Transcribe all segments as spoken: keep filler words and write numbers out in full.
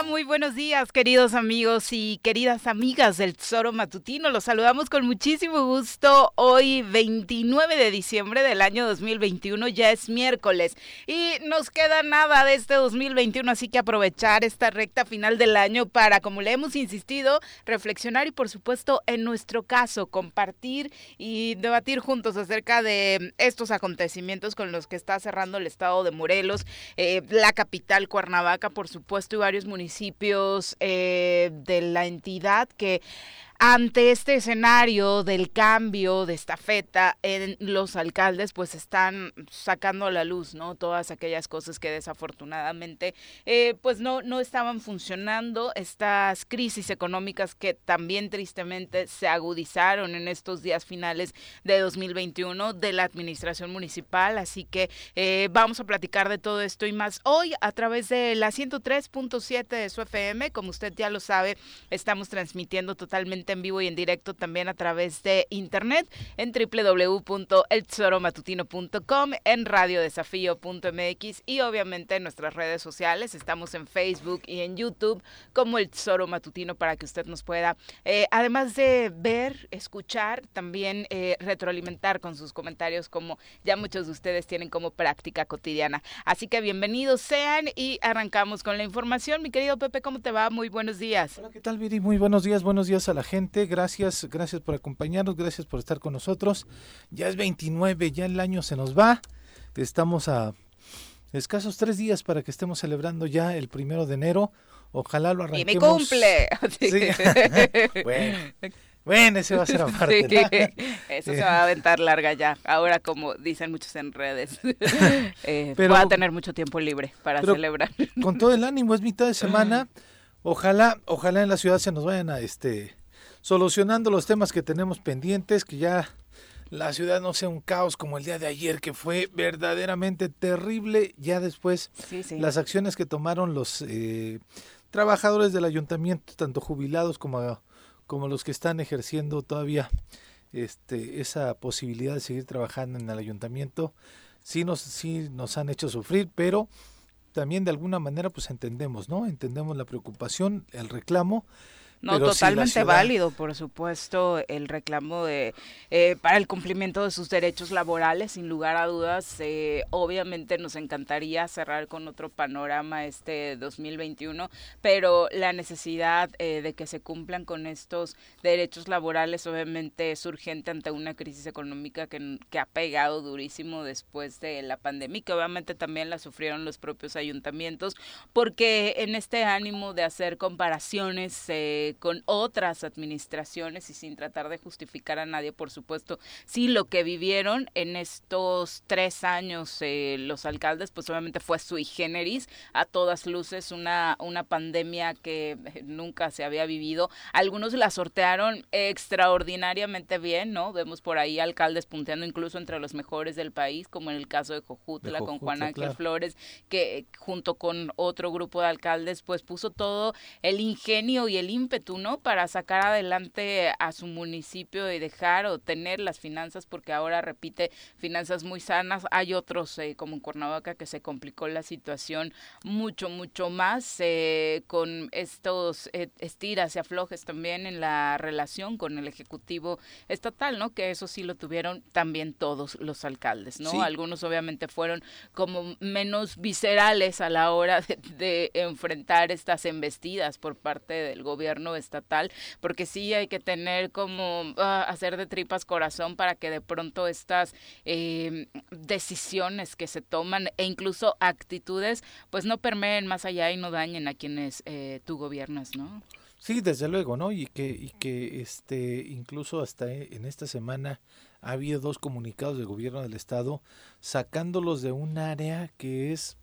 va? Muy buenos días, queridos amigos y queridas amigas del Tesoro Matutino. Los saludamos con muchísimo gusto. Hoy, veintinueve de diciembre del año dos mil veintiuno, ya es miércoles y nos queda nada de este dos mil veintiuno, así que aprovechar esta recta final del año para, como le hemos insistido, reflexionar y, por supuesto, en nuestro caso, compartir y debatir juntos acerca de estos acontecimientos con los que está cerrando el estado de Morelos, eh, la capital Cuernavaca, por supuesto, y varios municipios eh, de la entidad que ante este escenario del cambio de estafeta en los alcaldes, pues están sacando a la luz, ¿no? Todas aquellas cosas que desafortunadamente eh, pues no, no estaban funcionando, estas crisis económicas que también tristemente se agudizaron en estos días finales de dos mil veintiuno de la administración municipal, así que eh, vamos a platicar de todo esto y más hoy a través de la ciento tres punto siete de su F M. Como usted ya lo sabe, estamos transmitiendo totalmente en vivo y en directo también a través de internet en doble u doble u doble u punto el tesoro matutino punto com, en radio desafío punto m x y obviamente en nuestras redes sociales. Estamos en Facebook y en YouTube como El Tesoro Matutino para que usted nos pueda, eh, además de ver, escuchar, también eh, retroalimentar con sus comentarios, como ya muchos de ustedes tienen como práctica cotidiana. Así que bienvenidos sean y arrancamos con la información. Mi querido Pepe, ¿cómo te va? Muy buenos días. Hola, ¿qué tal, Viri? Muy buenos días, buenos días a la gente. Gracias, gracias por acompañarnos, gracias por estar con nosotros. Ya es veintinueve, ya el año se nos va. Estamos a escasos tres días para que estemos celebrando ya el primero de enero. Ojalá lo arranquemos. ¡Y mi cumple! Sí. bueno, bueno, ese va a ser aparte. Sí, eso se va a aventar larga ya. Ahora, como dicen muchos en redes, eh, pero, voy a tener mucho tiempo libre para celebrar. Con todo el ánimo, es mitad de semana. Ojalá, ojalá en la ciudad se nos vayan a este solucionando los temas que tenemos pendientes, que ya la ciudad no sea un caos como el día de ayer, que fue verdaderamente terrible. Ya después, sí, sí. las acciones que tomaron los eh, trabajadores del ayuntamiento, tanto jubilados como, como los que están ejerciendo todavía este, esa posibilidad de seguir trabajando en el ayuntamiento, sí nos, sí nos han hecho sufrir, pero también de alguna manera pues entendemos, ¿no? Entendemos la preocupación, el reclamo. No, Pero totalmente sí, ciudad... válido, por supuesto, el reclamo de eh, para el cumplimiento de sus derechos laborales, sin lugar a dudas. Eh, obviamente nos encantaría cerrar con otro panorama este dos mil veintiuno, pero la necesidad eh, de que se cumplan con estos derechos laborales obviamente es urgente ante una crisis económica que, que ha pegado durísimo después de la pandemia, que obviamente también la sufrieron los propios ayuntamientos, porque en este ánimo de hacer comparaciones eh, con otras administraciones y sin tratar de justificar a nadie, por supuesto, sí, lo que vivieron en estos tres años eh, los alcaldes, pues obviamente fue sui generis, a todas luces, una, una pandemia que nunca se había vivido. Algunos la sortearon extraordinariamente bien, ¿no? Vemos por ahí alcaldes punteando incluso entre los mejores del país, como en el caso de Jojutla, de Jojutla con Juan Ángel claro. Flores, que junto con otro grupo de alcaldes, pues puso todo el ingenio y el ímpetu, ¿no? Para sacar adelante a su municipio y dejar o tener las finanzas, porque ahora repite finanzas muy sanas. Hay otros eh, como en Cuernavaca que se complicó la situación mucho, mucho más eh, con estos eh, estiras y aflojes también en la relación con el Ejecutivo Estatal, ¿no? Que eso sí lo tuvieron también todos los alcaldes, ¿no? Sí. Algunos obviamente fueron como menos viscerales a la hora de, de enfrentar estas embestidas por parte del gobierno estatal, porque sí hay que tener como uh, hacer de tripas corazón para que de pronto estas eh, decisiones que se toman e incluso actitudes pues no permeen más allá y no dañen a quienes eh, tú gobiernas, ¿no? Sí, desde luego, ¿no? Y que y que este incluso hasta en esta semana ha habido dos comunicados del gobierno del estado sacándolos de un área que es,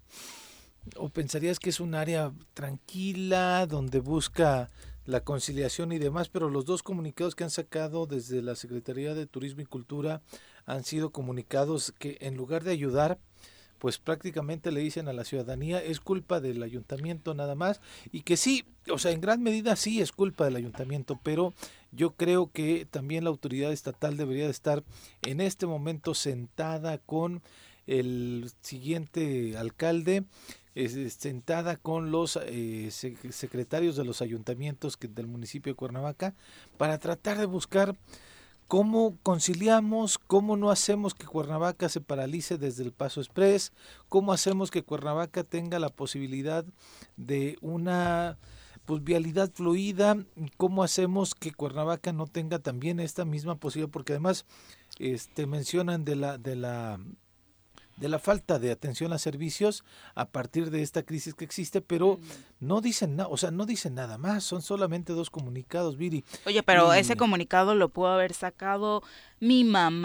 o pensarías que es un área tranquila donde busca la conciliación y demás, pero los dos comunicados que han sacado desde la Secretaría de Turismo y Cultura han sido comunicados que en lugar de ayudar, pues prácticamente le dicen a la ciudadanía es culpa del ayuntamiento nada más, y que sí, o sea, en gran medida sí es culpa del ayuntamiento, pero yo creo que también la autoridad estatal debería de estar en este momento sentada con el siguiente alcalde, eh, sentada con los eh, secretarios de los ayuntamientos que, del municipio de Cuernavaca para tratar de buscar cómo conciliamos, cómo no hacemos que Cuernavaca se paralice desde el Paso Express, cómo hacemos que Cuernavaca tenga la posibilidad de una pues vialidad fluida, cómo hacemos que Cuernavaca no tenga también esta misma posibilidad, porque además este mencionan de la de la de la falta de atención a servicios a partir de esta crisis que existe, pero no dicen nada, o sea, no dicen nada más, son solamente dos comunicados, Viri. Oye, pero y... ese comunicado lo pudo haber sacado mi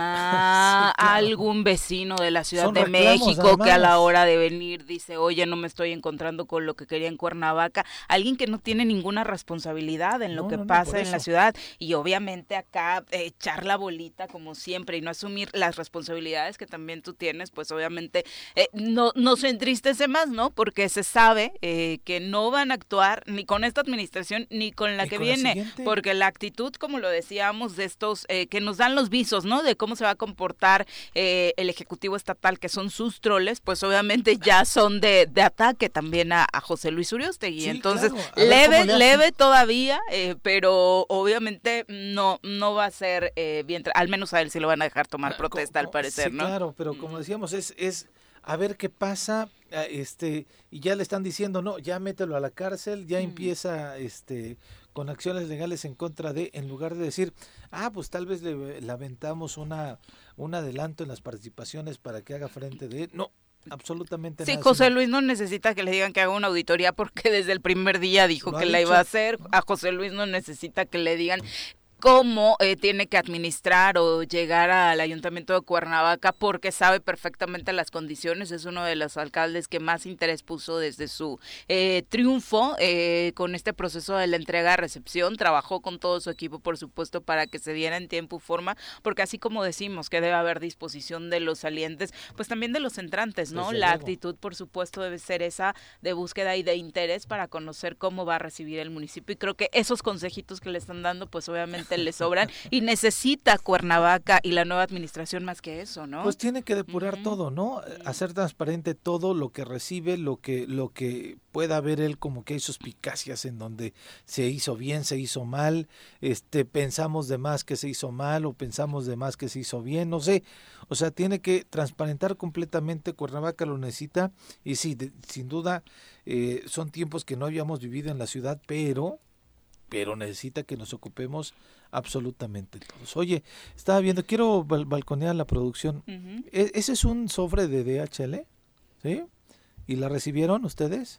mamá, sí, claro. algún vecino de la Ciudad Son de reclamos, México además. que a la hora de venir dice, oye, no me estoy encontrando con lo que quería en Cuernavaca, alguien que no tiene ninguna responsabilidad en lo No, que no, no, pasa por en la eso. ciudad, y obviamente acá eh, echar la bolita como siempre y no asumir las responsabilidades que también tú tienes, pues obviamente eh, no, no se entristece más, ¿no? Porque se sabe eh, que no van a actuar ni con esta administración ni con la ¿Y que con la viene, siguiente? porque la actitud, como lo decíamos, de estos eh, que nos dan los visos, ¿no? De cómo se va a comportar eh, el Ejecutivo Estatal, que son sus troles, pues obviamente ya son de, de ataque también a, a José Luis Uriostegui. Sí, Entonces, claro. A ver leve, cómo le hacen. leve todavía, eh, pero obviamente no, no va a ser eh, bien, al menos a él sí lo van a dejar tomar Ah, protesta, co- al parecer, sí, ¿no? claro, pero como decíamos, es, es a ver qué pasa, ah, este, y ya le están diciendo, no, ya mételo a la cárcel, ya Mm. empieza, este, con acciones legales en contra de, en lugar de decir, ah, pues tal vez le, le aventamos una, un adelanto en las participaciones para que haga frente de, no, absolutamente Sí, nada. José sino- Luis no necesita que le digan que haga una auditoría porque desde el primer día dijo Lo ha que la dicho. iba a hacer. A José Luis no necesita que le digan cómo eh, tiene que administrar o llegar al Ayuntamiento de Cuernavaca porque sabe perfectamente las condiciones. Es uno de los alcaldes que más interés puso desde su eh, triunfo eh, con este proceso de la entrega-recepción. Trabajó con todo su equipo, por supuesto, para que se diera en tiempo y forma, porque así como decimos que debe haber disposición de los salientes, pues también de los entrantes, ¿no? Desde La luego. actitud, por supuesto, debe ser esa de búsqueda y de interés para conocer cómo va a recibir el municipio. Y creo que esos consejitos que le están dando, pues obviamente le sobran y necesita Cuernavaca y la nueva administración más que eso, ¿no? Pues tiene que depurar Ujú. todo, ¿no? Sí. Hacer transparente todo lo que recibe, lo que lo que pueda ver él como que hay suspicacias en donde se hizo bien, se hizo mal, este pensamos de más que se hizo mal o pensamos de más que se hizo bien, no sé. O sea, tiene que transparentar completamente, Cuernavaca lo necesita y sí, de- sin duda eh, son tiempos que no habíamos vivido en la ciudad, pero pero necesita que nos ocupemos absolutamente todos. Oye, estaba viendo, quiero bal- balconear la producción. Ujú. ¿E- ¿Ese es un sobre de D H L? ¿Sí? ¿Y la recibieron ustedes?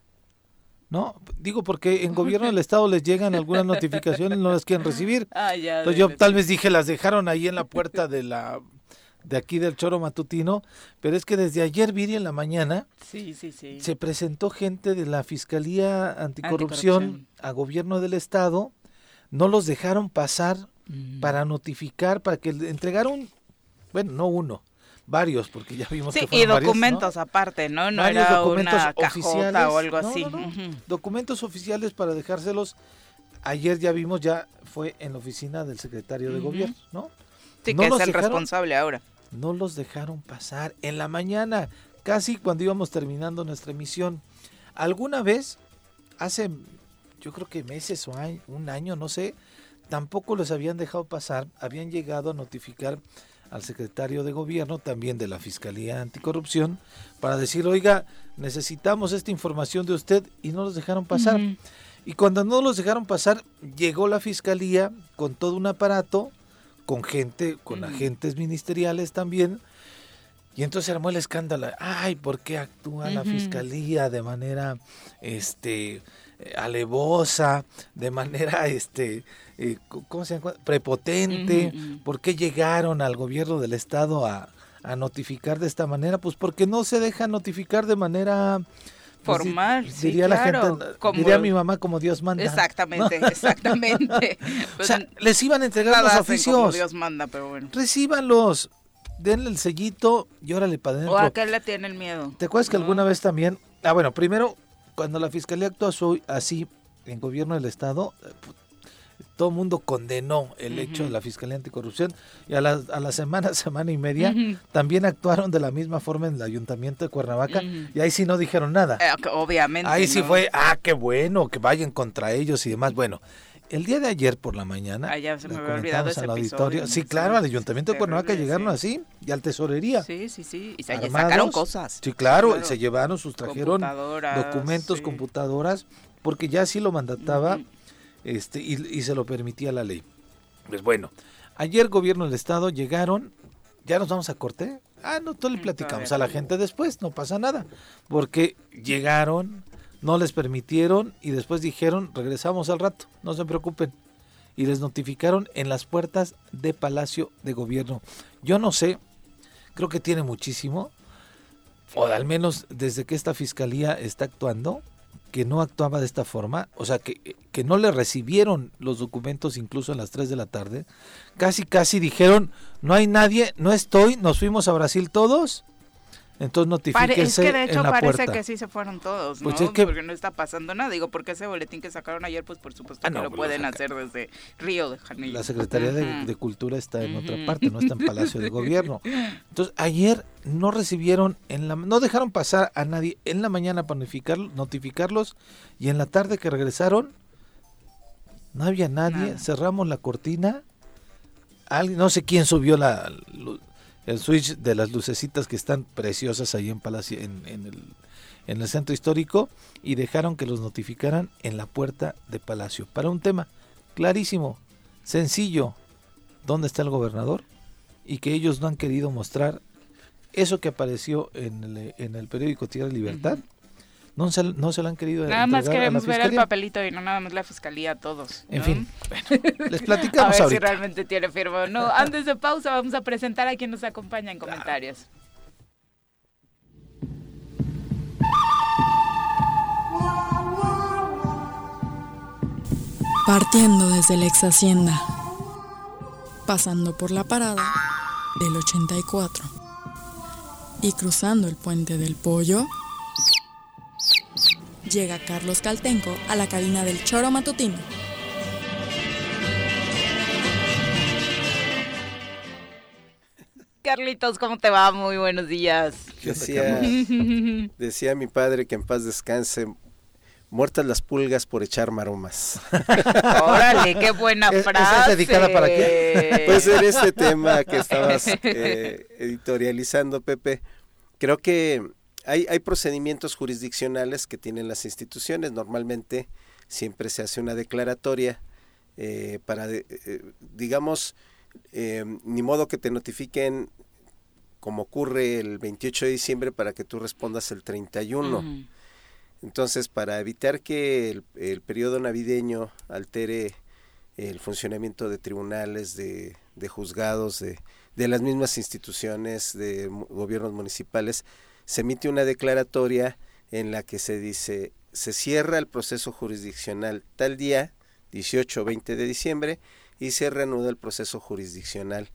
No, digo porque en gobierno del estado les llegan algunas notificaciones, no las quieren recibir. Ah, ya. Entonces yo tal vez dije, las dejaron ahí en la puerta de la de aquí del Choro Matutino, pero es que desde ayer, Viri, en la mañana, Sí, sí, sí. se presentó gente de la Fiscalía Anticorrupción, Anticorrupción. a gobierno del estado, no los dejaron pasar Mm. para notificar, para que le entregaron, bueno, no uno, varios, porque ya vimos Sí, que y fueron varios, ¿no? documentos aparte, ¿no? No Varios era documentos una cajota oficiales, o algo no, así. no, no, Ujú. documentos oficiales para dejárselos. Ayer ya vimos, ya fue en la oficina del secretario de Ujú. gobierno, ¿no? Sí, No que es los el dejaron- responsable ahora. No los dejaron pasar en la mañana, casi cuando íbamos terminando nuestra emisión. Alguna vez, hace yo creo que meses o año, un año, no sé, tampoco los habían dejado pasar, habían llegado a notificar al secretario de gobierno, también de la Fiscalía Anticorrupción, para decir, oiga, necesitamos esta información de usted, y no los dejaron pasar. Ujú. Y cuando no los dejaron pasar, llegó la Fiscalía con todo un aparato, con gente, con Mm. agentes ministeriales también, y entonces se armó el escándalo. Ay, ¿por qué actúa la Ujú. Fiscalía de manera este eh, alevosa, de manera este eh, ¿cómo se llama? Prepotente? Ujú, ujú. ¿Por qué llegaron al gobierno del estado a, a notificar de esta manera? Pues porque no se deja notificar de manera pues, di- Formal, sí, diría la claro, gente, como- diría mi mamá, como Dios manda. Exactamente, exactamente. O Pues, sea, les iban a entregar nada los hacen como oficios. Dios manda, pero bueno. Recíbanlos, denle el sellito y órale para O adentro. a qué le tiene el miedo. ¿Te acuerdas que ¿No? alguna vez también? Ah, bueno, primero, cuando la fiscalía actuó su- así en gobierno del estado, eh, pu- todo el mundo condenó el uh-huh. hecho de la Fiscalía Anticorrupción, y a la, a la semana, semana y media, uh-huh. también actuaron de la misma forma en el Ayuntamiento de Cuernavaca, uh-huh. y ahí sí no dijeron nada. Eh, obviamente. Ahí no. sí fue, ah, qué bueno, que vayan contra ellos y demás. Bueno, el día de ayer por la mañana, ah, ya se me había olvidado ese auditorio, sí, claro, al Ayuntamiento de Cuernavaca llegaron sí. así, y al Tesorería. Sí, sí, sí, y se armados, sacaron cosas. Sí, claro, claro, se llevaron, sus trajeron documentos, sí. computadoras, porque ya así lo mandataba, uh-huh. este y, y se lo permitía la ley. Pues bueno, ayer gobierno del estado llegaron, ya nos vamos a corte, ah, no, todo le platicamos a la gente después, no pasa nada, porque llegaron, no les permitieron y después dijeron, regresamos al rato, no se preocupen, y les notificaron en las puertas de Palacio de Gobierno. Yo no sé, creo que tiene muchísimo, o al menos desde que esta fiscalía está actuando, que no actuaba de esta forma, o sea, que, que no le recibieron los documentos incluso a las tres de la tarde, casi casi dijeron, no hay nadie, no estoy, nos fuimos a Brasil todos, entonces notifíquense en la puerta. Es que de hecho parece que sí se fueron todos, ¿no? Pues es que, porque no está pasando nada, digo, porque ese boletín que sacaron ayer, pues por supuesto ah, que no, lo pueden lo hacer desde Río de Janeiro. La Secretaría uh-huh. de, de Cultura está en uh-huh. otra parte, no está en Palacio de Gobierno. Entonces ayer no recibieron, en la no dejaron pasar a nadie en la mañana para notificar, notificarlos, y en la tarde que regresaron, no había nadie, nada. Cerramos la cortina, alguien, no sé quién subió la... la el switch de las lucecitas que están preciosas ahí en Palacio, en, en, el, en el centro histórico, y dejaron que los notificaran en la puerta de Palacio, para un tema clarísimo, sencillo, ¿dónde está el gobernador? Y que ellos no han querido mostrar eso que apareció en el, en el periódico Tierra y Libertad, uh-huh. no, se, no se lo han querido nada más queremos ver el papelito y no nada más la fiscalía a todos, ¿no? En fin, bueno, les platicamos a ver ahorita. Si realmente tiene firma o no. Antes de pausa vamos a presentar a quien nos acompaña en comentarios. Partiendo desde la ex hacienda, pasando por la parada del ochenta y cuatro y cruzando el puente del Pollo, llega Carlos Caltenco a la cabina del Choro Matutino. Carlitos, ¿cómo te va? Muy buenos días. Decía, decía mi padre que en paz descanse, muertas las pulgas por echar maromas. Órale, qué buena frase. ¿Esa es dedicada para qué? Pues en este tema que estabas eh, editorializando, Pepe, creo que Hay, hay procedimientos jurisdiccionales que tienen las instituciones. Normalmente siempre se hace una declaratoria eh, para, de, eh, digamos, eh, ni modo que te notifiquen como ocurre el veintiocho de diciembre para que tú respondas el treinta y uno. Uh-huh. Entonces, para evitar que el, el periodo navideño altere el funcionamiento de tribunales, de, de juzgados, de, de las mismas instituciones, de gobiernos municipales, se emite una declaratoria en la que se dice, se cierra el proceso jurisdiccional tal día, dieciocho o veinte de diciembre, y se reanuda el proceso jurisdiccional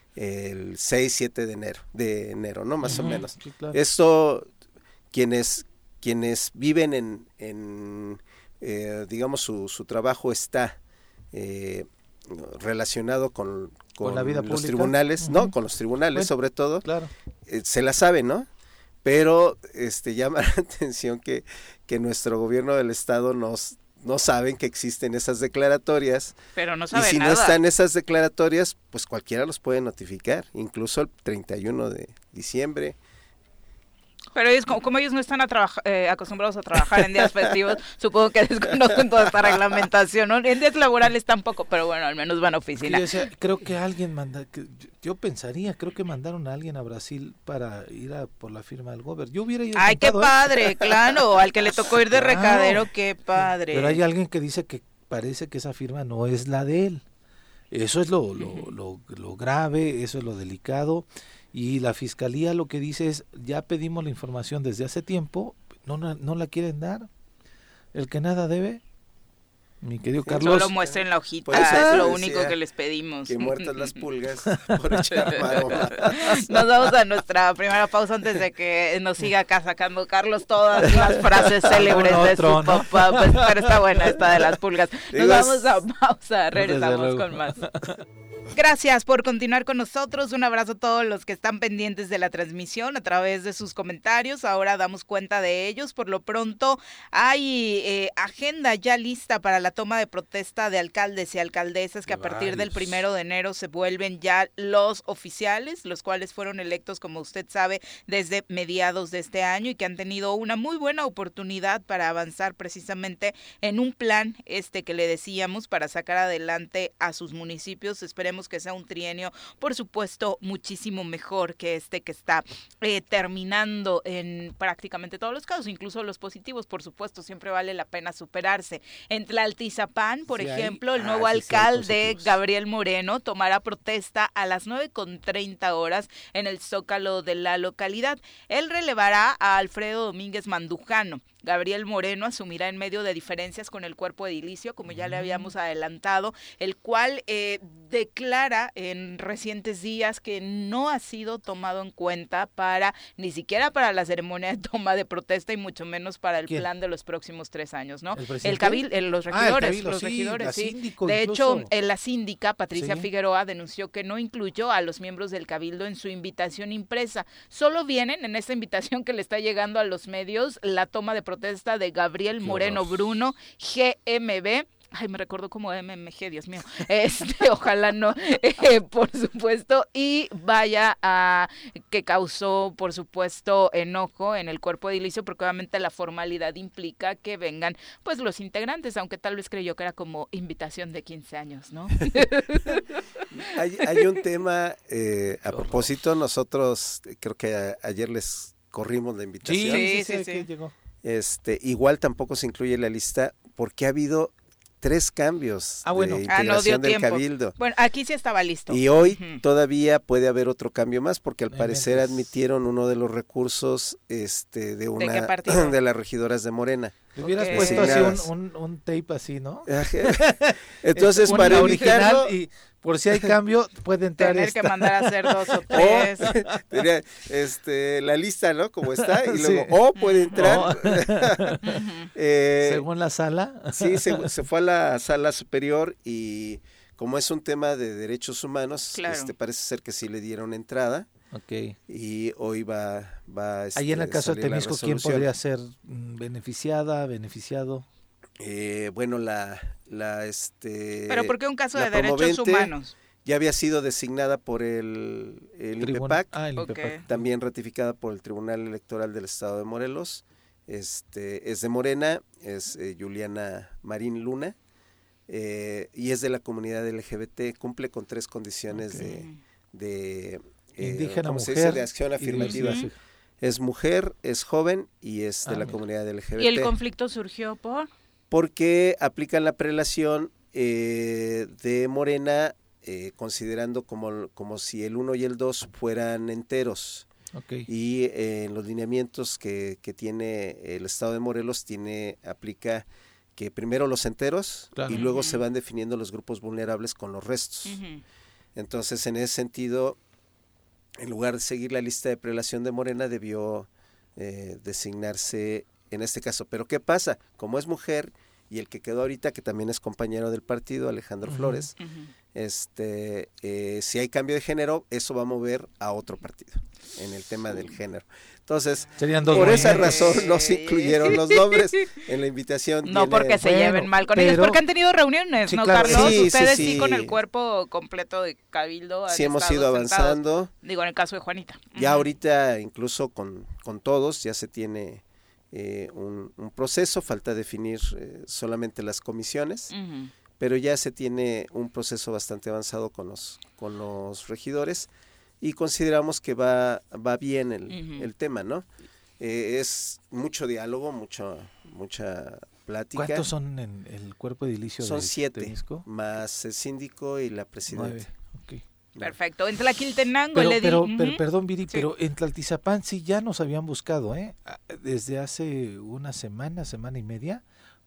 el seis, siete de enero, de enero, ¿no? Más uh-huh, o menos. Sí, claro. Esto, quienes, quienes viven en, en eh, digamos, su, su trabajo está eh, relacionado con, con, con la vida los pública. Tribunales, uh-huh. ¿no? Con los tribunales, bueno, sobre todo. Claro. Eh, se la sabe, ¿no? Pero este llama la atención que, que nuestro gobierno del estado nos no saben que existen esas declaratorias. Pero no saben y si nada. no están esas declaratorias, pues cualquiera los puede notificar, incluso el treinta y uno de diciembre. Pero ellos, como, como ellos no están a trabaja, eh, acostumbrados a trabajar en días festivos, supongo que desconocen toda esta reglamentación, ¿no? En días laborales tampoco, pero bueno, al menos van a oficina. Yo decía, creo que alguien manda, que yo pensaría, creo que mandaron a alguien a Brasil para ir a por la firma del gobierno. Yo hubiera ido. Ay, qué padre, ¿eh? Claro, al que le tocó ir de claro, recadero, qué padre. Pero hay alguien que dice que parece que esa firma no es la de él. Eso es lo, lo, lo, lo grave, eso es lo delicado. Y la fiscalía lo que dice es, ya pedimos la información desde hace tiempo, no, no, no la quieren dar. El que nada debe, Mi querido Carlos. Solo muestren la hojita, eso es lo decía único que les pedimos. Que muertas las pulgas por echar maromas. Nos vamos a nuestra primera pausa antes de que nos siga acá sacando Carlos todas las frases célebres de su otro, ¿no? papá. Pues, pero está buena esta de las pulgas. Nos Digo, vamos a pausa, regresamos luego. con más. Gracias por continuar con nosotros. Un abrazo a todos los que están pendientes de la transmisión a través de sus comentarios. Ahora damos cuenta de ellos. Por lo pronto hay eh, agenda ya lista para la toma de protesta de alcaldes y alcaldesas que a partir del primero de enero se vuelven ya los oficiales, los cuales fueron electos, como usted sabe, desde mediados de este año y que han tenido una muy buena oportunidad para avanzar precisamente en un plan este que le decíamos para sacar adelante a sus municipios. Esperemos que sea un trienio, por supuesto, muchísimo mejor que este que está eh, terminando en prácticamente todos los casos, incluso los positivos, por supuesto, siempre vale la pena superarse. En Tlaltizapán, por Sí ejemplo, hay. el nuevo Ah, sí, sí hay alcalde, positivos. Gabriel Moreno, tomará protesta a las nueve con treinta horas en el Zócalo de la localidad. Él relevará a Alfredo Domínguez Mandujano. Gabriel Moreno asumirá en medio de diferencias con el cuerpo edilicio, como ya le habíamos adelantado, el cual eh, declara en recientes días que no ha sido tomado en cuenta para, ni siquiera para la ceremonia de toma de protesta y mucho menos para el ¿Quién? plan de los próximos tres años, ¿no? ¿El El, presidente? cabil, el- los Ah, el regidores, cabildo, los sí, regidores, la sí. síndico De incluso. hecho, eh, la síndica Patricia Sí. Figueroa denunció que no incluyó a los miembros del cabildo en su invitación impresa. Solo vienen en esta invitación que le está llegando a los medios la toma de protesta de Gabriel Qué Moreno horror. Bruno, G M B. Ay, me recuerdo como M M G, Dios mío. Este, ojalá no, eh, por supuesto. Y vaya a que causó, por supuesto, enojo en el cuerpo edilicio, porque obviamente la formalidad implica que vengan, pues, los integrantes, aunque tal vez creyó que era como invitación de quince años, ¿no? Hay, hay un tema, eh, a propósito, nosotros eh, creo que a- ayer les corrimos la Sí, invitación. sí, sí, sí, sí. que llegó. Este, igual tampoco se incluye en la lista porque ha habido tres cambios Ah, bueno. de Ah, no dio integración del tiempo. cabildo. Bueno, aquí sí estaba listo. Y hoy Ujú. todavía puede haber otro cambio más porque al No parecer inventes. admitieron uno de los recursos este, de una qué partido? de las regidoras de Morena. Le hubieras Ok. puesto así Designadas. un, un, un tape así, ¿no? Entonces, Una para original evitarlo, y por si hay cambio puede entrar Tener esta. que mandar a hacer dos o o tres. tenía, este, la lista, ¿no? Como está, y Sí. luego, o puede entrar. O, Eh, según la sala. Sí, se, se fue a la sala superior y como es un tema de derechos humanos, Claro. este, parece ser que sí le dieron entrada Ok. y hoy va, va este, Ahí en el caso de salir la Temisco, ¿quién resolución. podría ser mm, beneficiada, beneficiado? Eh, bueno, la, la este. Pero ¿por qué un caso la de derechos promovente humanos? Ya había sido designada por el, el Tribuna- INPEPAC, Ah, el Ok. INPEPAC. también ratificada por el Tribunal Electoral del Estado de Morelos. Este, es de Morena, es eh, Juliana Marín Luna, eh, y es de la comunidad L G B T, cumple con tres condiciones Ok. de, de eh, Indígena, ¿cómo se mujer dice? De acción y afirmativa. diversidad. Es mujer, es joven y es de Ah, la mira. comunidad L G B T. ¿Y el conflicto surgió por? Porque aplican la prelación eh, de Morena eh, considerando como, como si el uno y el dos fueran enteros. Ok. Y eh, en los lineamientos que, que tiene el Estado de Morelos tiene aplica que primero los enteros Claro. y luego Ujú. se van definiendo los grupos vulnerables con los restos. Ujú. Entonces, en ese sentido, en lugar de seguir la lista de prelación de Morena, debió eh, designarse en este caso. Pero ¿qué pasa? Como es mujer y el que quedó ahorita, que también es compañero del partido, Alejandro Ujú. Flores, Ujú. este, eh, si hay cambio de género, eso va a mover a otro partido en el tema del género. Entonces, Serían dos por esa movimientos. razón no se incluyeron los nombres en la invitación. No Tiene- porque se Bueno, lleven mal con ellos, pero- porque han tenido reuniones, Sí, ¿no, claro. Carlos? Sí, sí, Ustedes sí, sí. con el cuerpo completo de Cabildo han Sí hemos estado ido sentados. avanzando. Digo, en el caso de Juanita. Ya Ujú. ahorita, incluso con, con todos, ya se tiene eh, un, un proceso, falta definir eh, solamente las comisiones, Ujú. pero ya se tiene un proceso bastante avanzado con los, con los regidores y consideramos que va, va bien el, Ujú. el tema, ¿no? Eh, es mucho diálogo, mucho, mucha plática. ¿Cuántos son en el cuerpo edilicio Son de siete, Temisco? más el síndico y la presidenta. Nueve. Ok. Perfecto. En Tlaquiltenango Pero, le di... pero, Ujú. pero, perdón, Viri, Sí. pero en Tlaltizapán sí ya nos habían buscado, ¿eh? Ah, Desde hace una semana, semana y media,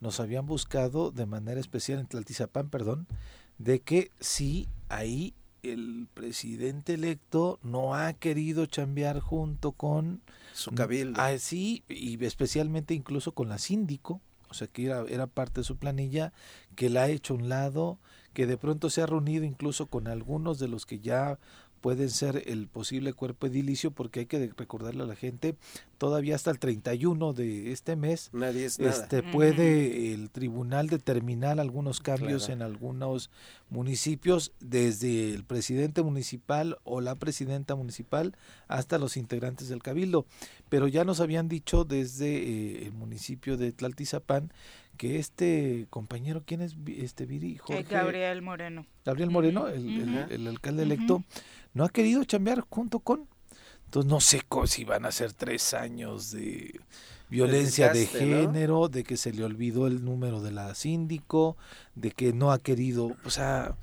nos habían buscado de manera especial en Tlaltizapán, perdón, de que sí, ahí el presidente electo no ha querido chambear junto con su cabildo. Ah, sí, y especialmente incluso con la síndico, o sea que era, era parte de su planilla, que la ha hecho a un lado, que de pronto se ha reunido incluso con algunos de los que ya pueden ser el posible cuerpo edilicio, porque hay que recordarle a la gente, todavía hasta el treinta y uno de este mes, Nadie es nada. este puede el tribunal determinar algunos cambios Claro. en algunos municipios, desde el presidente municipal o la presidenta municipal hasta los integrantes del cabildo, pero ya nos habían dicho desde eh, el municipio de Tlaltizapán que este compañero, ¿quién es este Viri? Jorge, Gabriel Moreno. Gabriel Moreno, el, Uh-huh. el, el alcalde electo, uh-huh. no ha querido chambear junto con, entonces no sé si van a ser tres años de violencia de, desgaste, de género, ¿no? De que se le olvidó el número de la síndico, de que no ha querido, o sea,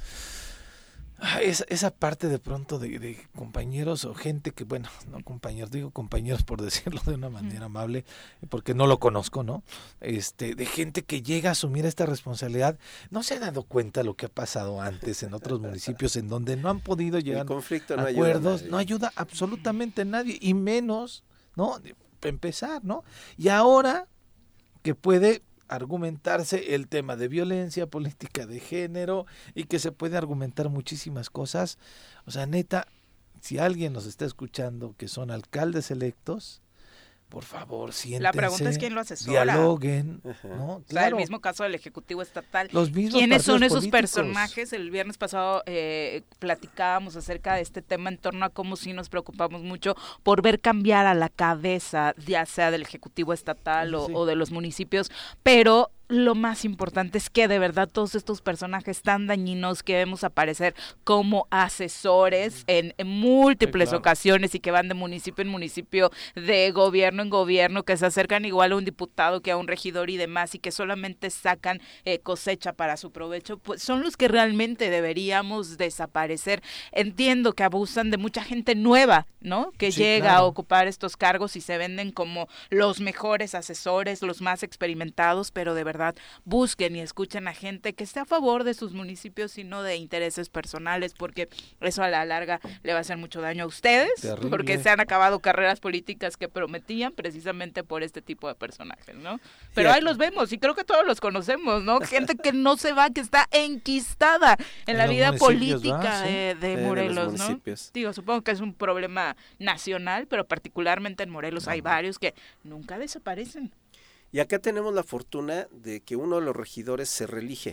esa, esa parte de pronto de, de compañeros o gente que, bueno, no compañeros, digo compañeros por decirlo de una manera amable, porque no lo conozco, ¿no? Este, de gente que llega a asumir esta responsabilidad, no se ha dado cuenta lo que ha pasado antes en otros municipios en donde no han podido llegar conflicto a no acuerdos, ayuda no ayuda absolutamente a nadie, y menos, ¿no? Para empezar, ¿no? Y ahora que puede argumentarse el tema de violencia, política de género, y que se puede argumentar muchísimas cosas. O sea, neta, si alguien nos está escuchando que son alcaldes electos, por favor, siéntense, la pregunta es quién lo asesora, dialoguen, ¿no? Claro. O sea, el mismo caso del Ejecutivo Estatal. Los mismos ¿Quiénes son esos políticos? personajes? El viernes pasado eh, platicábamos acerca de este tema en torno a cómo sí nos preocupamos mucho por ver cambiar a la cabeza, ya sea del Ejecutivo Estatal sí, o, sí. o de los municipios, pero lo más importante es que de verdad todos estos personajes tan dañinos que vemos aparecer como asesores en, en múltiples sí, claro. ocasiones y que van de municipio en municipio, de gobierno en gobierno, que se acercan igual a un diputado que a un regidor y demás, y que solamente sacan eh, cosecha para su provecho, pues son los que realmente deberíamos desaparecer. Entiendo que abusan de mucha gente nueva, ¿no? Que sí, llega claro. a ocupar estos cargos y se venden como los mejores asesores, los más experimentados, pero de verdad busquen y escuchen a gente que esté a favor de sus municipios y no de intereses personales, porque eso a la larga le va a hacer mucho daño a ustedes, Terrible. porque se han acabado carreras políticas que prometían precisamente por este tipo de personajes, ¿no? Pero sí, ahí los vemos y creo que todos los conocemos, ¿no? Gente que no se va, que está enquistada en, en la vida política ¿va? de, de sí, Morelos, ¿no? Digo, supongo que es un problema nacional, pero particularmente en Morelos no. hay varios que nunca desaparecen. Y acá tenemos la fortuna de que uno de los regidores se reelige.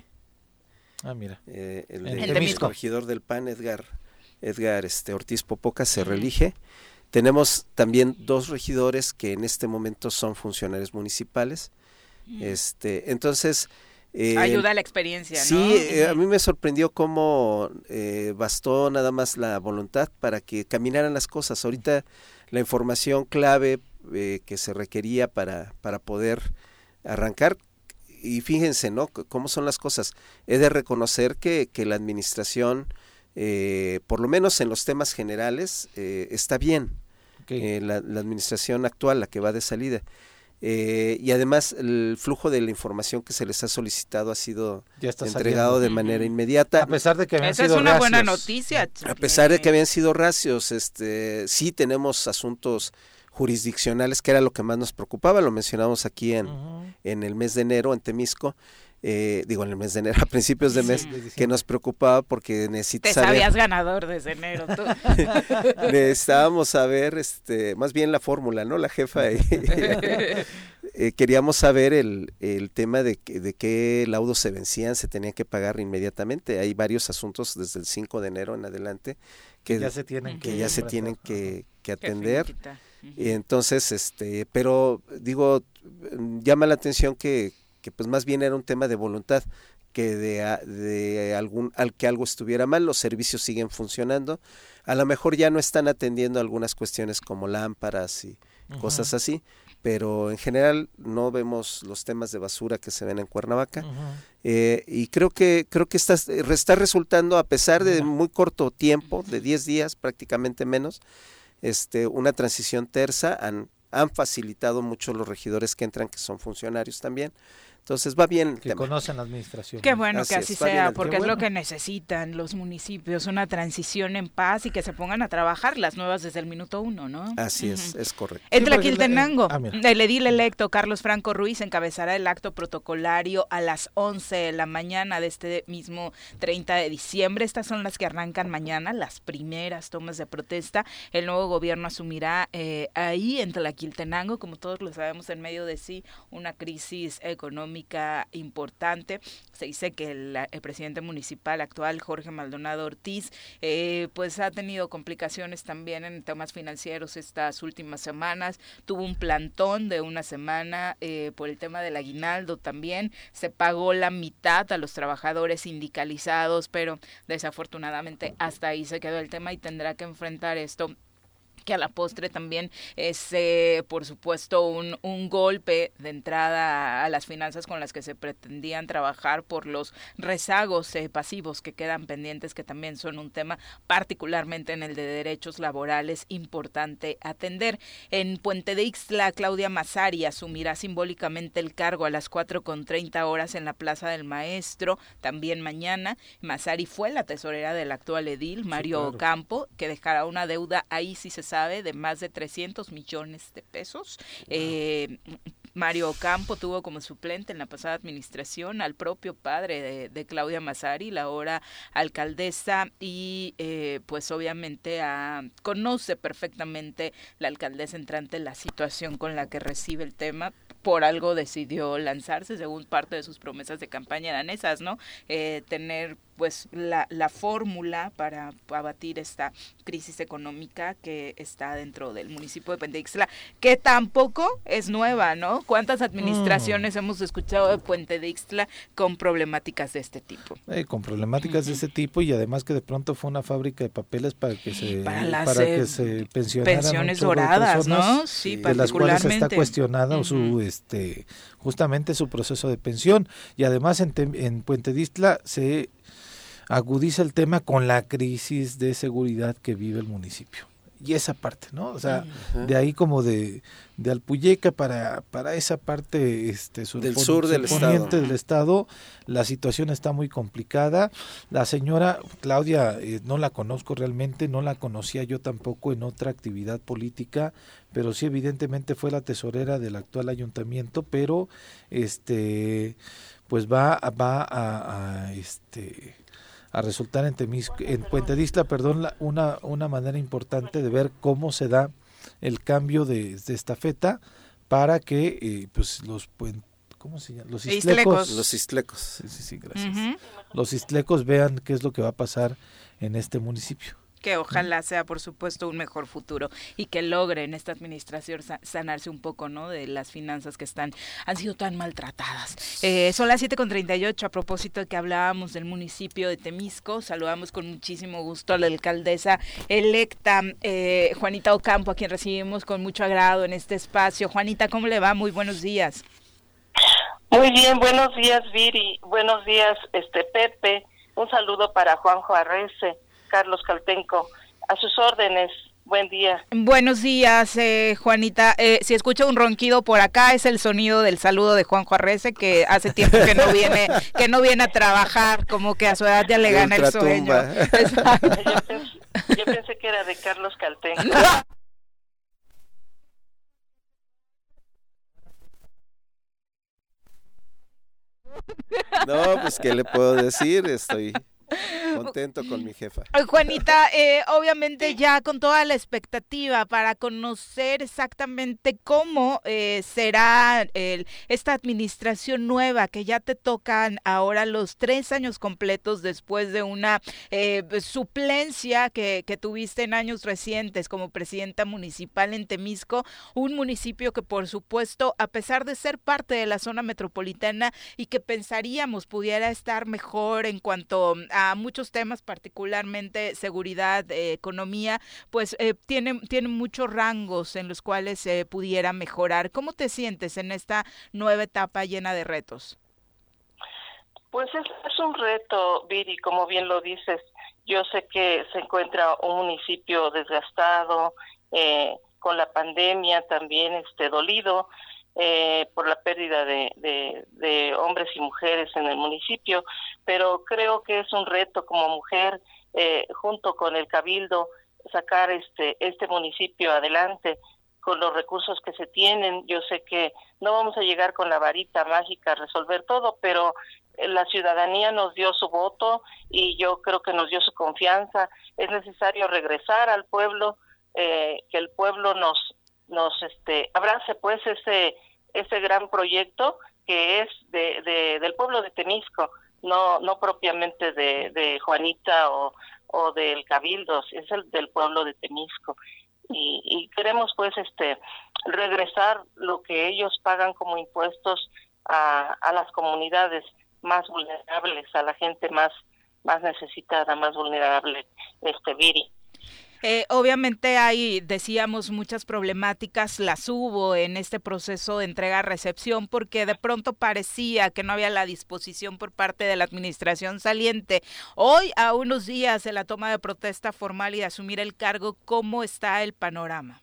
Ah, mira. Eh, el, el, el, de el regidor del P A N, Edgar, Edgar este, Ortiz Popoca, se uh-huh. reelige. Tenemos también dos regidores que en este momento son funcionarios municipales. Uh-huh. Este, entonces... Eh, Ayuda a la experiencia, sí, ¿no? Sí, eh, a mí me sorprendió cómo eh, bastó nada más la voluntad para que caminaran las cosas. Ahorita la información clave eh, que se requería para, para poder arrancar, y fíjense, ¿no? C- cómo son las cosas. He de reconocer que, que la administración, eh, por lo menos en los temas generales, eh, está bien. Okay. Eh, la, la administración actual, la que va de salida. Eh, y además el flujo de la información que se les ha solicitado ha sido entregado saliendo. de manera inmediata. A pesar de que habían Esa sido es una racios. buena noticia. A pesar de que habían sido racios, este, sí tenemos asuntos jurisdiccionales, que era lo que más nos preocupaba, lo mencionamos aquí en, uh-huh. en el mes de enero en Temisco. Eh, digo en el mes de enero, a principios de mes, sí, que nos preocupaba porque necesitas Te sabías saber, ganador desde enero tú. necesitábamos saber, este, más bien la fórmula, ¿no? La jefa y, eh, queríamos saber el, el tema de, de qué laudos se vencían, se tenían que pagar inmediatamente. Hay varios asuntos desde el cinco de enero en adelante que, que ya se tienen que, que, ya se tienen que, que atender. Uh-huh. Y entonces, este, pero digo, llama la atención que que pues más bien era un tema de voluntad, que de, de algún al que algo estuviera mal. Los servicios siguen funcionando, a lo mejor ya no están atendiendo algunas cuestiones como lámparas y uh-huh. cosas así, pero en general no vemos los temas de basura que se ven en Cuernavaca, uh-huh. eh, y creo que creo que está, está resultando, a pesar de uh-huh. muy corto tiempo, de diez días prácticamente menos, este una transición tersa. Han, han facilitado mucho los regidores que entran, que son funcionarios también. Entonces va bien el que tema. conocen la administración. Qué bueno así que así es, sea, porque Qué es bueno. lo que necesitan los municipios, una transición en paz y que se pongan a trabajar las nuevas desde el minuto uno, ¿no? Así Uh-huh. es, es correcto. En Sí, porque Tlaquiltenango, la- ah, mira. el edil electo Carlos Franco Ruiz encabezará el acto protocolario a las once de la mañana de este mismo treinta de diciembre. Estas son las que arrancan mañana, las primeras tomas de protesta. El nuevo gobierno asumirá eh, ahí en Tlaquiltenango, como todos lo sabemos, en medio de sí, una crisis económica importante. Se dice que el, el presidente municipal actual, Jorge Maldonado Ortiz, eh, pues ha tenido complicaciones también en temas financieros estas últimas semanas. Tuvo un plantón de una semana eh, por el tema del aguinaldo también. Se pagó la mitad a los trabajadores sindicalizados, pero desafortunadamente hasta ahí se quedó el tema y tendrá que enfrentar esto, que a la postre también es, eh, por supuesto, un, un golpe de entrada a las finanzas con las que se pretendían trabajar por los rezagos eh, pasivos que quedan pendientes, que también son un tema particularmente en el de derechos laborales importante atender. En Puente de Ixtla, Claudia Massari asumirá simbólicamente el cargo a las cuatro con treinta horas en la Plaza del Maestro, también mañana. Massari fue la tesorera del actual edil, Mario Sí, claro. Ocampo, que dejará una deuda, ahí sí se sabe, de más de trescientos millones de pesos. Eh, Mario Ocampo tuvo como suplente en la pasada administración al propio padre de, de Claudia Massari, la ahora alcaldesa, y eh, pues obviamente a, conoce perfectamente la alcaldesa entrante la situación con la que recibe el tema. Por algo decidió lanzarse, según parte de sus promesas de campaña eran esas, ¿no? Eh, tener pues la, la fórmula para abatir esta crisis económica que está dentro del municipio de Puente de Ixtla, que tampoco es nueva, ¿no? ¿Cuántas administraciones mm. hemos escuchado de Puente de Ixtla con problemáticas de este tipo? Eh, con problemáticas uh-huh. de ese tipo, y además que de pronto fue una fábrica de papeles para que se para, las, para eh, que se pensionaran pensiones doradas, personas, ¿no? Sí, de las cuales está cuestionado uh-huh. su este justamente su proceso de pensión, y además en, en Puente de Ixtla se agudiza el tema con la crisis de seguridad que vive el municipio. Y esa parte, ¿no? O sea, uh-huh. de ahí como de, de Alpuyeca para, para esa parte este, sur, del pon, sur del estado. del estado, la situación está muy complicada. La señora Claudia, eh, no la conozco realmente, no la conocía yo tampoco en otra actividad política, pero sí evidentemente fue la tesorera del actual ayuntamiento, pero este pues va, va a, a este a resultar en, Temis, en Puente de Ixtla, perdón, la, una, una manera importante de ver cómo se da el cambio de, de estafeta para que eh, pues los ¿cómo se llama? Los ixtlecos, los ixtlecos. Sí, sí, sí, gracias. Uh-huh. Los ixtlecos vean qué es lo que va a pasar en este municipio. Que ojalá sea, por supuesto, un mejor futuro y que logre en esta administración sanarse un poco, ¿no?, de las finanzas que están han sido tan maltratadas. Eh, son las siete con treinta y ocho, a propósito de que hablábamos del municipio de Temisco. Saludamos con muchísimo gusto a la alcaldesa electa, eh, Juanita Ocampo, a quien recibimos con mucho agrado en este espacio. Juanita, ¿cómo le va? Muy buenos días. Muy bien, buenos días, Viri. Buenos días, este Pepe. Un saludo para Juanjo Arrece. Carlos Caltenco, a sus órdenes, buen día. Buenos días, eh, Juanita. Eh, si escucha un ronquido por acá, es el sonido del saludo de Juanjo Arrece, que hace tiempo que no viene que no viene a trabajar, como que a su edad ya le de gana el sueño. Yo pensé, yo pensé que era de Carlos Caltenco. No, pues qué le puedo decir, estoy contento con mi jefa. Juanita, eh, obviamente ya con toda la expectativa para conocer exactamente cómo eh, será el, esta administración nueva, que ya te tocan ahora los tres años completos después de una eh, suplencia que, que tuviste en años recientes como presidenta municipal en Temisco, un municipio que por supuesto, a pesar de ser parte de la zona metropolitana y que pensaríamos pudiera estar mejor en cuanto a muchos temas, particularmente seguridad, eh, economía, pues eh, tiene, tiene muchos rangos en los cuales se eh, pudiera mejorar. ¿Cómo te sientes en esta nueva etapa llena de retos? Pues es, es un reto, Viri, como bien lo dices. Yo sé que se encuentra un municipio desgastado, eh, con la pandemia también este dolido, eh, por la pérdida de, de, de hombres y mujeres en el municipio, pero creo que es un reto como mujer, eh, junto con el Cabildo, sacar este, este municipio adelante con los recursos que se tienen. Yo sé que no vamos a llegar con la varita mágica a resolver todo, pero la ciudadanía nos dio su voto y yo creo que nos dio su confianza. Es necesario regresar al pueblo, eh, que el pueblo nos nos este abrace pues ese ese gran proyecto que es de, de del pueblo de Temisco, no no propiamente de, de Juanita o, o del Cabildo, es el del pueblo de Temisco. Y, y queremos pues este regresar lo que ellos pagan como impuestos a, a las comunidades más vulnerables, a la gente más más necesitada, más vulnerable, este Viri. Eh, obviamente hay, decíamos, muchas problemáticas, las hubo en este proceso de entrega-recepción, porque de pronto parecía que no había la disposición por parte de la administración saliente. Hoy, a unos días de la toma de protesta formal y de asumir el cargo, ¿cómo está el panorama?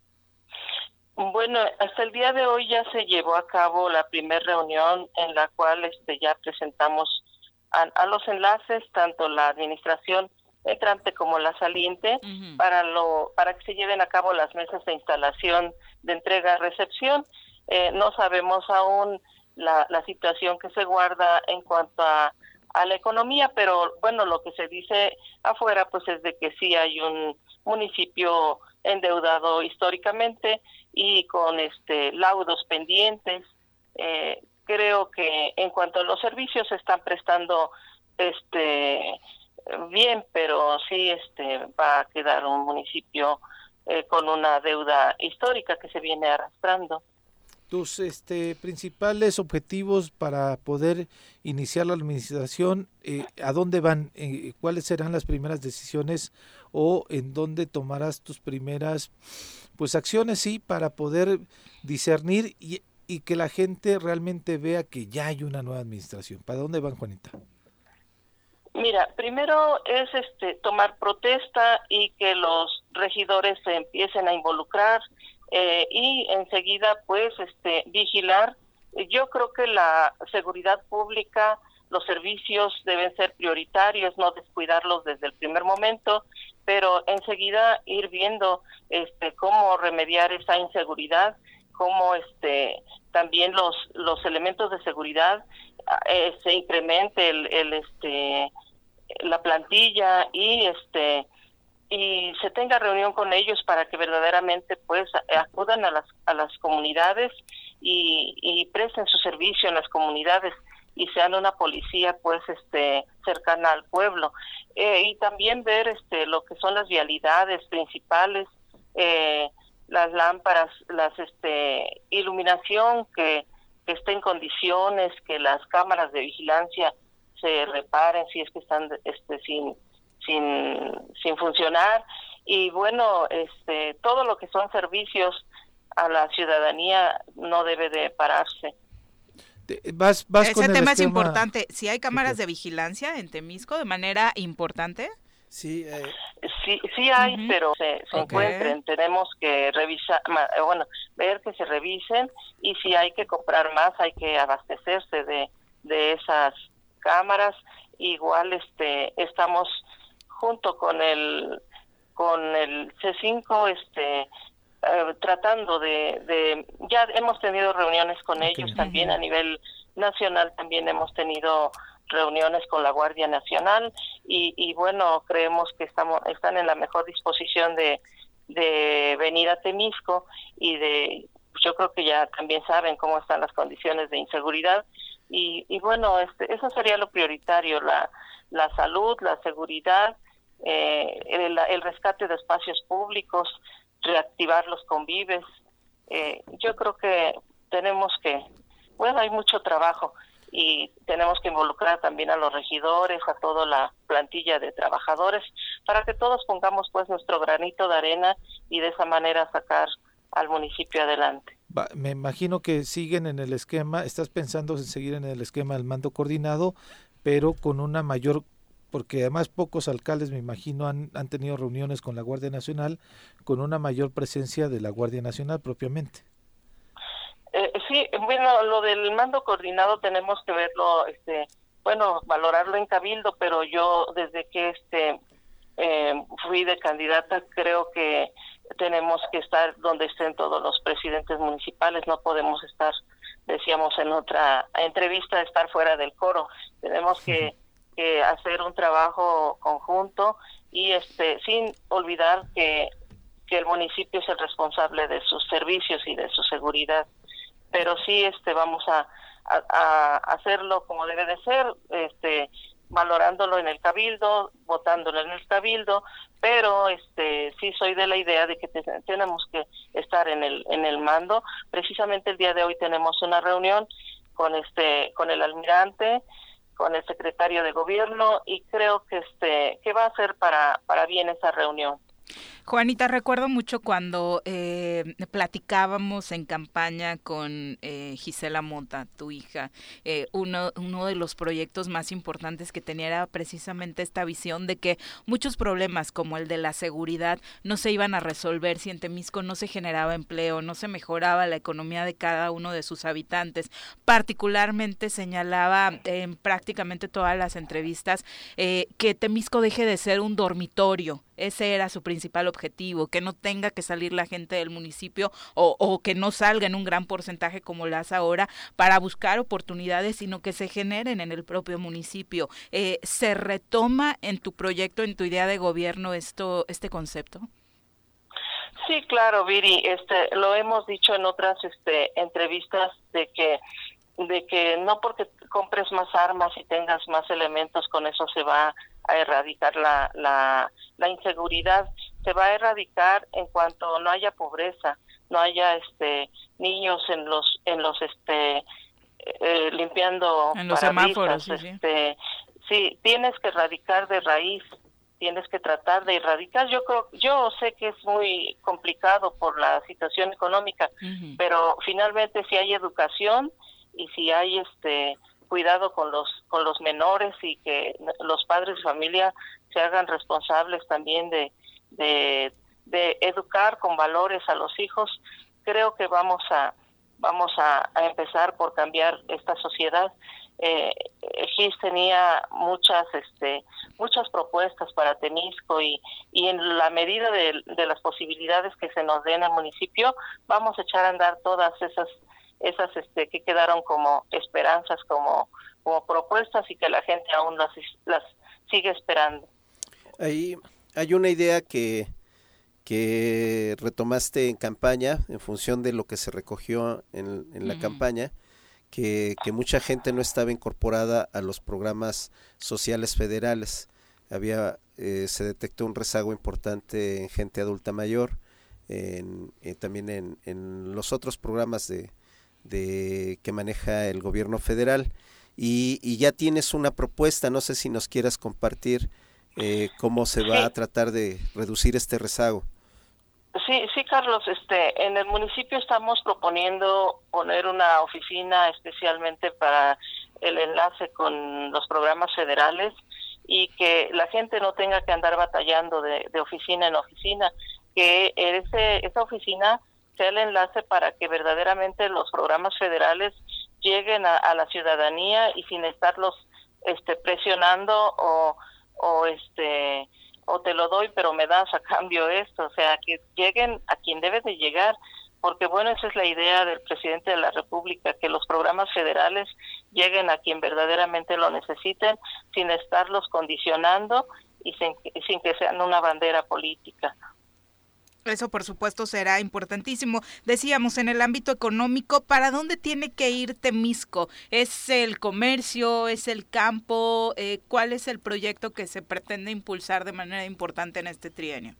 Bueno, hasta el día de hoy ya se llevó a cabo la primera reunión en la cual este ya presentamos a, a los enlaces, tanto la administración entrante como la saliente, uh-huh. para lo para que se lleven a cabo las mesas de instalación de entrega-recepción. Eh, no sabemos aún la, la situación que se guarda en cuanto a, a la economía, pero bueno, lo que se dice afuera pues es de que sí hay un municipio endeudado históricamente y con este laudos pendientes. Eh, creo que en cuanto a los servicios se están prestando este bien, pero sí este va a quedar un municipio eh, con una deuda histórica que se viene arrastrando. Tus este principales objetivos para poder iniciar la administración, eh, ¿a dónde van? Eh, ¿Cuáles serán las primeras decisiones o en dónde tomarás tus primeras pues acciones, sí, para poder discernir y, y que la gente realmente vea que ya hay una nueva administración? ¿Para dónde van, Juanita? Mira, primero es este tomar protesta y que los regidores se empiecen a involucrar eh, y enseguida pues este vigilar. Yo creo que la seguridad pública, los servicios deben ser prioritarios, no descuidarlos desde el primer momento, pero enseguida ir viendo este cómo remediar esa inseguridad, cómo este también los los elementos de seguridad eh, se incremente el, el este la plantilla y este y se tenga reunión con ellos para que verdaderamente pues acudan a las a las comunidades y, y presten su servicio en las comunidades y sean una policía pues este cercana al pueblo, eh, y también ver este lo que son las vialidades principales, eh, las lámparas, las este iluminación que, que esté en condiciones, que las cámaras de vigilancia se reparen si es que están este sin sin sin funcionar, y bueno, este todo lo que son servicios a la ciudadanía no debe de pararse. Vas, vas Ese con el tema esquema... es importante. ¿Si hay cámaras de vigilancia en Temisco de manera importante? Sí, eh... sí, sí hay, uh-huh. pero se, se okay. encuentren. Tenemos que revisar, bueno, ver que se revisen, y si hay que comprar más, hay que abastecerse de de esas cámaras. Igual este estamos junto con el con el C cinco este eh, tratando de, de ya hemos tenido reuniones con okay. ellos también a nivel nacional, también hemos tenido reuniones con la Guardia Nacional y, y bueno, creemos que estamos están en la mejor disposición de de venir a Temisco, y de yo creo que ya también saben cómo están las condiciones de inseguridad. Y, y bueno, este, eso sería lo prioritario, la, la salud, la seguridad, eh, el, el rescate de espacios públicos, reactivar los convives. Eh, yo creo que tenemos que, bueno, hay mucho trabajo y tenemos que involucrar también a los regidores, a toda la plantilla de trabajadores, para que todos pongamos pues nuestro granito de arena y de esa manera sacar al municipio adelante. Me imagino que siguen en el esquema, estás pensando en seguir en el esquema del mando coordinado, pero con una mayor, porque además pocos alcaldes me imagino han, han tenido reuniones con la Guardia Nacional, con una mayor presencia de la Guardia Nacional propiamente. Eh, Sí, bueno, lo del mando coordinado tenemos que verlo, este, bueno, valorarlo en Cabildo, pero yo desde que este eh, fui de candidata creo que tenemos que estar donde estén todos los presidentes municipales, no podemos estar, decíamos en otra entrevista, estar fuera del coro, tenemos que, que hacer un trabajo conjunto y este sin olvidar que, que el municipio es el responsable de sus servicios y de su seguridad, pero sí este vamos a, a, a hacerlo como debe de ser, este valorándolo en el cabildo, votándolo en el cabildo, pero este sí soy de la idea de que te, tenemos que estar en el en el mando. Precisamente el día de hoy tenemos una reunión con este con el almirante, con el secretario de gobierno y creo que este que va a ser para para bien esa reunión. Juanita, recuerdo mucho cuando eh, platicábamos en campaña con eh, Gisela Mota, tu hija, eh, uno, uno de los proyectos más importantes que tenía era precisamente esta visión de que muchos problemas como el de la seguridad no se iban a resolver si en Temisco no se generaba empleo, no se mejoraba la economía de cada uno de sus habitantes. Particularmente señalaba en prácticamente todas las entrevistas eh, que Temisco deje de ser un dormitorio. Ese era su principal objetivo, que no tenga que salir la gente del municipio o, o que no salga en un gran porcentaje como lo hace ahora para buscar oportunidades, sino que se generen en el propio municipio. Eh, ¿Se retoma en tu proyecto, en tu idea de gobierno esto, este concepto? Sí, claro, Viri, este, lo hemos dicho en otras este, entrevistas de que de que no porque compres más armas y tengas más elementos, con eso se va a erradicar la, la, la inseguridad, se va a erradicar en cuanto no haya pobreza, no haya este niños en los en los este eh, limpiando en los semáforos, sí, este sí. sí, tienes que erradicar de raíz, tienes que tratar de erradicar. Yo creo, yo sé que es muy complicado por la situación económica, uh-huh. pero finalmente si hay educación y si hay este cuidado con los con los menores y que los padres de familia se hagan responsables también de de, de educar con valores a los hijos, creo que vamos a vamos a, a empezar por cambiar esta sociedad. Eh, Gis tenía muchas este muchas propuestas para Temisco y y en la medida de, de las posibilidades que se nos den al municipio vamos a echar a andar todas esas esas este que quedaron como esperanzas, como como propuestas y que la gente aún las las sigue esperando. Ahí hay una idea que que retomaste en campaña en función de lo que se recogió en, en la uh-huh. campaña, que, que mucha gente no estaba incorporada a los programas sociales federales. Había eh, se detectó un rezago importante en gente adulta mayor, en, eh, también en, en los otros programas de de que maneja el gobierno federal y, y ya tienes una propuesta, no sé si nos quieras compartir eh, cómo se va sí. a tratar de reducir este rezago. Sí, sí, Carlos, este, en el municipio estamos proponiendo poner una oficina especialmente para el enlace con los programas federales y que la gente no tenga que andar batallando de, de oficina en oficina, que ese, esa oficina sea el enlace para que verdaderamente los programas federales lleguen a, a la ciudadanía y sin estarlos este presionando o o este o te lo doy pero me das a cambio esto, o sea, que lleguen a quien debe de llegar, porque bueno, esa es la idea del presidente de la República, que los programas federales lleguen a quien verdaderamente lo necesiten sin estarlos condicionando y sin, sin que sean una bandera política. Eso, por supuesto, será importantísimo. Decíamos, en el ámbito económico, ¿para dónde tiene que ir Temisco? ¿Es el comercio? ¿Es el campo? Eh, ¿Cuál es el proyecto que se pretende impulsar de manera importante en este trienio?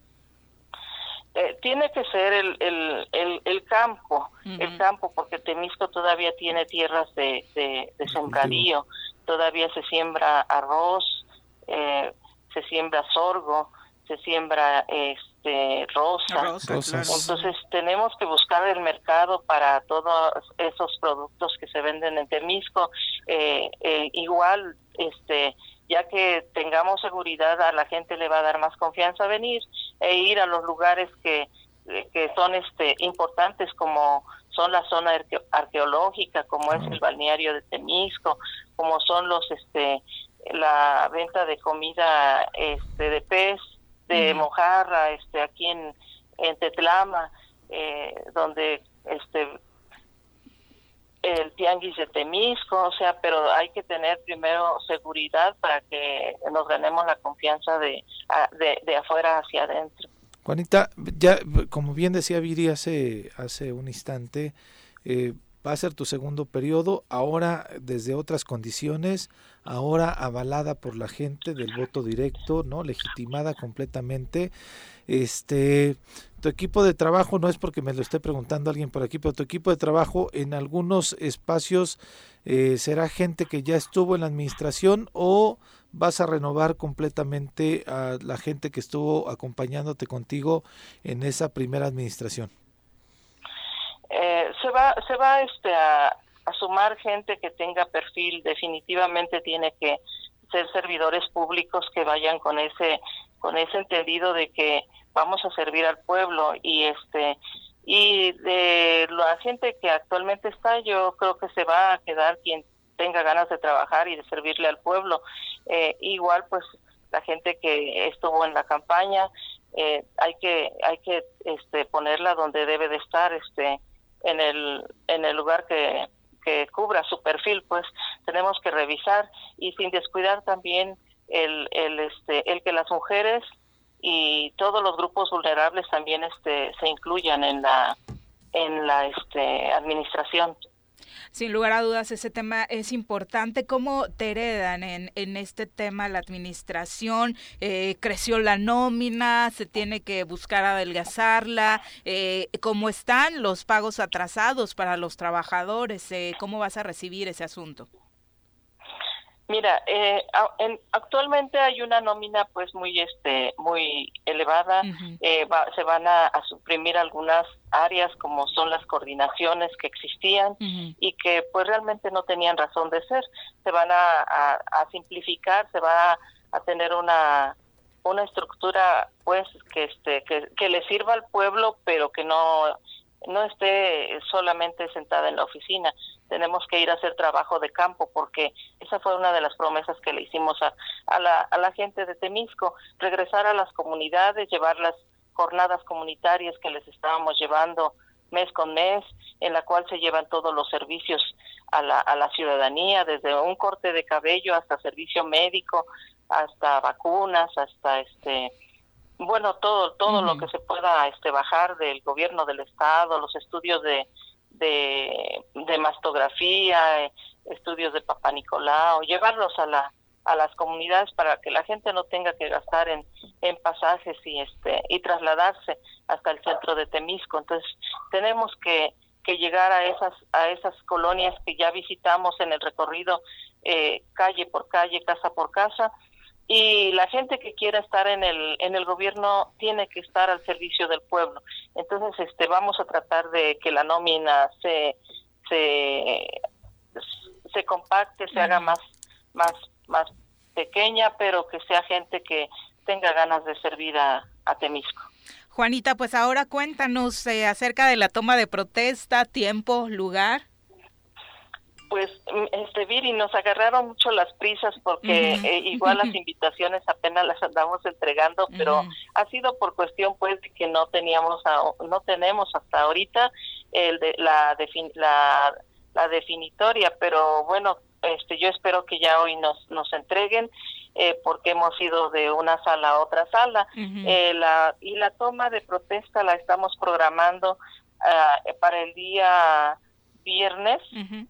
Eh, tiene que ser el el, el, el campo, uh-huh. el campo, porque Temisco todavía tiene tierras de, de, de sembradío, todavía se siembra arroz, eh, se siembra sorgo, se siembra este rosa, Rosas. Entonces tenemos que buscar el mercado para todos esos productos que se venden en Temisco. Eh, eh, igual, este, ya que tengamos seguridad, a la gente le va a dar más confianza venir e ir a los lugares que que son este importantes como son la zona arque- arqueológica, como es el balneario de Temisco, como son los este la venta de comida este de pez, de mojarra, este aquí en en Tetlama, eh, donde este el tianguis de Temisco, o sea, pero hay que tener primero seguridad para que nos ganemos la confianza de de, de afuera hacia adentro. Juanita, ya como bien decía Viri hace hace un instante, eh, va a ser tu segundo periodo, ahora desde otras condiciones, ahora avalada por la gente del voto directo, ¿no? Legitimada completamente. Este, tu equipo de trabajo, no es porque me lo esté preguntando alguien por aquí, pero tu equipo de trabajo en algunos espacios eh, será gente que ya estuvo en la administración, o vas a renovar completamente a la gente que estuvo acompañándote contigo en esa primera administración. Eh, se va se va este a, a sumar gente que tenga perfil. Definitivamente tiene que ser servidores públicos que vayan con ese con ese entendido de que vamos a servir al pueblo. Y este y de la gente que actualmente está, yo creo que se va a quedar quien tenga ganas de trabajar y de servirle al pueblo. Eh, igual pues la gente que estuvo en la campaña, eh, hay que hay que este ponerla donde debe de estar, este en el en el lugar que que cubra su perfil. Pues tenemos que revisar, y sin descuidar también el el este el que las mujeres y todos los grupos vulnerables también este se incluyan en la en la este administración. Sin lugar a dudas, ese tema es importante. ¿Cómo te heredan en, en este tema la administración? Eh, ¿Creció la nómina? ¿Se tiene que buscar adelgazarla? Eh, ¿Cómo están los pagos atrasados para los trabajadores? Eh, ¿Cómo vas a recibir ese asunto? Mira, eh, en, actualmente hay una nómina pues muy este muy elevada. Uh-huh. eh, va, se van a, a suprimir algunas áreas como son las coordinaciones que existían, uh-huh, y que pues realmente no tenían razón de ser. Se van a, a, a simplificar, se va a, a tener una una estructura pues que este que, que le sirva al pueblo, pero que no no esté solamente sentada en la oficina. Tenemos que ir a hacer trabajo de campo, porque esa fue una de las promesas que le hicimos a, a, la, a la gente de Temisco, regresar a las comunidades, llevar las jornadas comunitarias que les estábamos llevando mes con mes, en la cual se llevan todos los servicios a la, a la ciudadanía, desde un corte de cabello hasta servicio médico, hasta vacunas, hasta este... bueno, todo todo uh-huh. lo que se pueda este bajar del gobierno del estado, los estudios de de, de mastografía, eh, estudios de Papá Nicolau, llevarlos a la a las comunidades para que la gente no tenga que gastar en en pasajes y este y trasladarse hasta el centro de Temisco. Entonces, tenemos que que llegar a esas a esas colonias que ya visitamos en el recorrido, eh, calle por calle, casa por casa. Y la gente que quiera estar en el en el gobierno tiene que estar al servicio del pueblo. Entonces, este vamos a tratar de que la nómina se se se compacte, se haga más más más pequeña, pero que sea gente que tenga ganas de servir a, a Temisco. Juanita, pues ahora cuéntanos eh, acerca de la toma de protesta, tiempo, lugar. Pues, este Viri, nos agarraron mucho las prisas porque uh-huh. eh, igual las invitaciones apenas las andamos entregando, pero uh-huh. ha sido por cuestión pues de que no teníamos a, no tenemos hasta ahorita el de la defin, la la definitoria, pero bueno, este yo espero que ya hoy nos nos entreguen, eh, porque hemos ido de una sala a otra sala. Uh-huh. eh, la y la toma de protesta la estamos programando uh, para el día viernes. Uh-huh.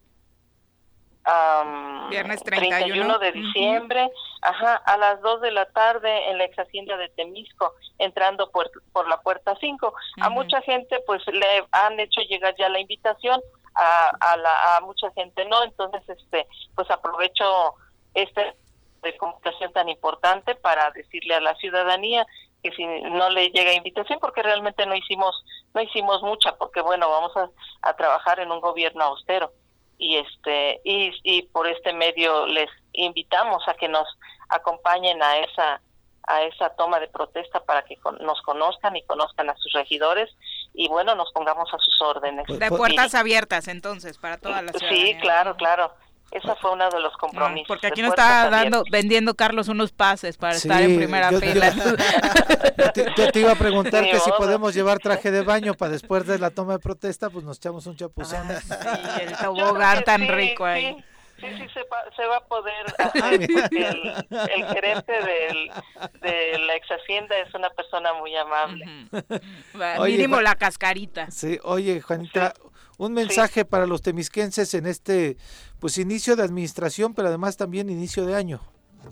Um, Viernes treinta y uno, treinta y uno de diciembre, uh-huh. ajá, a las dos de la tarde en la ex hacienda de Temisco, entrando por, por la puerta cinco. Uh-huh. A mucha gente pues le han hecho llegar ya la invitación, a, a, la, a mucha gente no. Entonces este pues aprovecho este de comunicación tan importante para decirle a la ciudadanía que si no le llega invitación, porque realmente no hicimos no hicimos mucha, porque bueno, vamos a, a trabajar en un gobierno austero. Y este y, y por este medio les invitamos a que nos acompañen a esa a esa toma de protesta para que con, nos conozcan y conozcan a sus regidores, y bueno, nos pongamos a sus órdenes. De puertas y, abiertas entonces para toda la ciudadanía. Sí, claro, claro. Ese fue uno de los compromisos. No, porque aquí nos está dando, vendiendo Carlos unos pases para sí, estar en primera yo, fila. Yo te, yo te iba a preguntar sí, que si podemos llevar traje de baño para después de la toma de protesta, pues nos echamos un chapuzón. Ah, sí, el tobogán tan sí, rico ahí. Sí. Sí, sí, se va, se va a poder hacer, el, el gerente del, de la ex hacienda es una persona muy amable. Uh-huh. Oye, mínimo Juan, la cascarita. Sí, oye, Juanita, sí. un mensaje sí. para los temisquenses en este, pues, inicio de administración, pero además también inicio de año.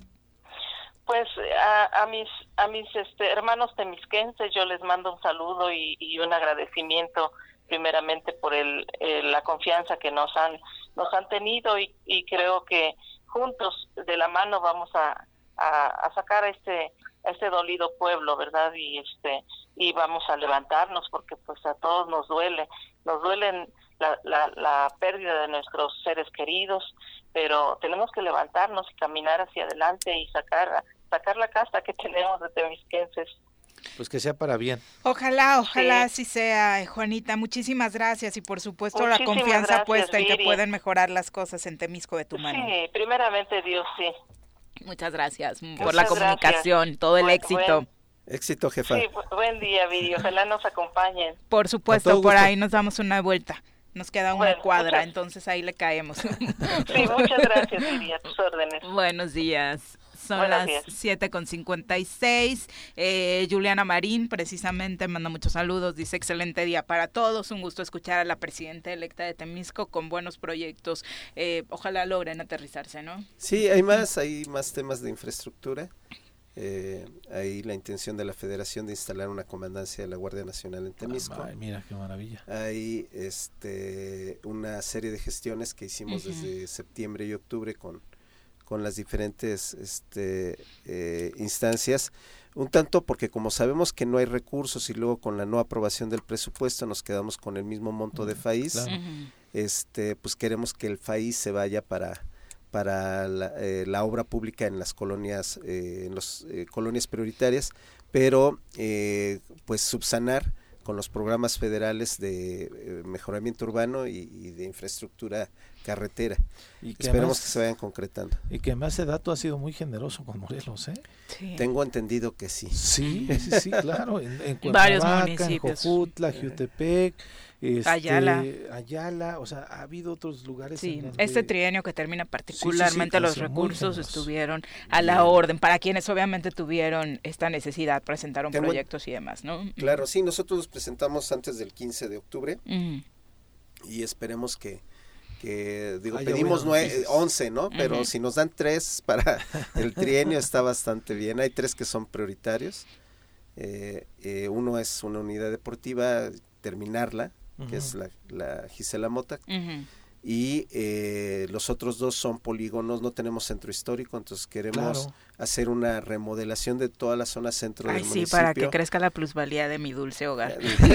Pues a, a mis a mis este, hermanos temisquenses yo les mando un saludo y, y un agradecimiento primeramente por el, el la confianza que nos han nos han tenido y, y creo que juntos de la mano vamos a, a, a sacar a este a este dolido pueblo, ¿verdad? Y este y vamos a levantarnos porque pues a todos nos duele, nos duelen la, la, la pérdida de nuestros seres queridos, pero tenemos que levantarnos y caminar hacia adelante y sacar sacar la casta que tenemos de temisquenses. Pues que sea para bien. Ojalá, ojalá así sí. sea, Juanita. Muchísimas gracias y por supuesto Muchísimas la confianza gracias, puesta Viri. En que pueden mejorar las cosas en Temisco de tu mano. Sí, primeramente Dios, sí. Muchas gracias Muchas por la comunicación, gracias. Todo el buen, éxito. Buen, éxito, jefa. Sí, buen día, Viri. Ojalá nos acompañen. Por supuesto, por ahí nos damos una vuelta. Nos queda una bueno, cuadra, muchas... entonces ahí le caemos. Sí, muchas gracias, Viri, a tus órdenes. Buenos días. Son Buenos las días. siete con cincuenta y seis. Eh, Juliana Marín, precisamente, manda muchos saludos. Dice, excelente día para todos. Un gusto escuchar a la presidenta electa de Temisco con buenos proyectos. Eh, ojalá logren aterrizarse, ¿no? Sí, hay más, hay más temas de infraestructura. Eh, hay la intención de la Federación de instalar una comandancia de la Guardia Nacional en Temisco. Ay, mira qué maravilla. Hay este una serie de gestiones que hicimos uh-huh. desde septiembre y octubre con con las diferentes este, eh, instancias, un tanto porque como sabemos que no hay recursos y luego con la no aprobación del presupuesto nos quedamos con el mismo monto de F A I S, claro. este, pues queremos que el F A I S se vaya para para la, eh, la obra pública en las colonias, eh, en las eh, colonias prioritarias, pero eh, pues subsanar con los programas federales de eh, mejoramiento urbano y, y de infraestructura carretera. Y que Esperemos además, que se vayan concretando. Y que además ese dato ha sido muy generoso con Morelos, ¿eh? Sí. Tengo entendido que sí. Sí, sí, sí, claro. En, en Varios municipios. En Jojutla, Jutepec, este, Ayala. Ayala, o sea, ha habido otros lugares. Sí, en donde... este trienio que termina particularmente sí, sí, sí, los recursos estuvieron a la orden, para quienes obviamente tuvieron esta necesidad, presentaron Tengo... proyectos y demás, ¿no? Claro, sí, nosotros los presentamos antes del quince de octubre uh-huh. y esperemos que que digo, Ay, pedimos nueve, once, ¿no? Pero uh-huh. si nos dan tres para el trienio está bastante bien. Hay tres que son prioritarios. Eh, eh, uno es una unidad deportiva, terminarla, uh-huh. que es la, la Gisela Mota. Uh-huh. Y eh, los otros dos son polígonos, no tenemos centro histórico, entonces queremos claro. hacer una remodelación de toda la zona centro Ay, del sí, municipio. para que crezca la plusvalía de mi dulce hogar.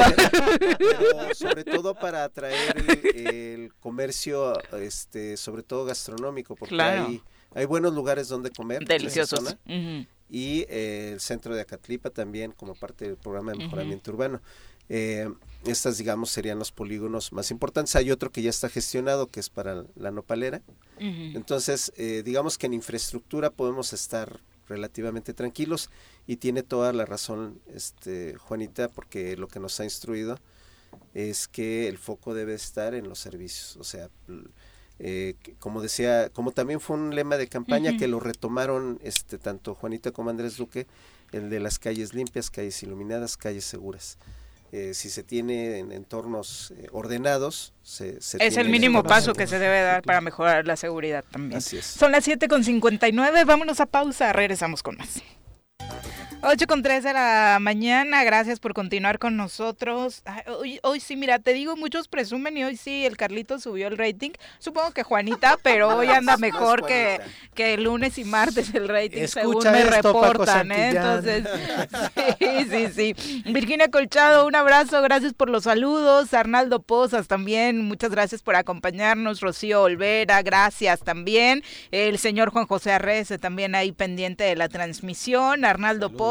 Pero sobre todo para atraer el, el comercio, este, sobre todo gastronómico, porque claro. hay, hay buenos lugares donde comer. Deliciosos. En esa zona, uh-huh. Y eh, el centro de Acatlipa también como parte del programa de mejoramiento uh-huh. urbano. Eh, estas digamos serían los polígonos más importantes. Hay otro que ya está gestionado que es para la nopalera. Uh-huh. Entonces eh, digamos que en infraestructura podemos estar relativamente tranquilos y tiene toda la razón este Juanita, porque lo que nos ha instruido es que el foco debe estar en los servicios, o sea, eh, como decía, como también fue un lema de campaña uh-huh. que lo retomaron este tanto Juanita como Andrés Duque, el de las calles limpias, calles iluminadas, calles seguras. Eh, si se tiene en entornos eh, ordenados, se, se es el mínimo paso que se debe dar para mejorar la seguridad también. Así es. Son las siete con cincuenta y nueve, vámonos a pausa, regresamos con más. ocho con tres de la mañana, gracias por continuar con nosotros. Ay, hoy, hoy sí, mira, te digo, muchos presumen y hoy sí el Carlito subió el rating. Supongo que Juanita, pero hoy anda mejor que, que el lunes y martes el rating, Escucha según me esto, reportan, ¿eh? Entonces, sí, sí, sí. Virginia Colchado, un abrazo, gracias por los saludos. Arnaldo Pozas también, muchas gracias por acompañarnos. Rocío Olvera, gracias también. El señor Juan José Arrece también ahí pendiente de la transmisión. Arnaldo Pozas.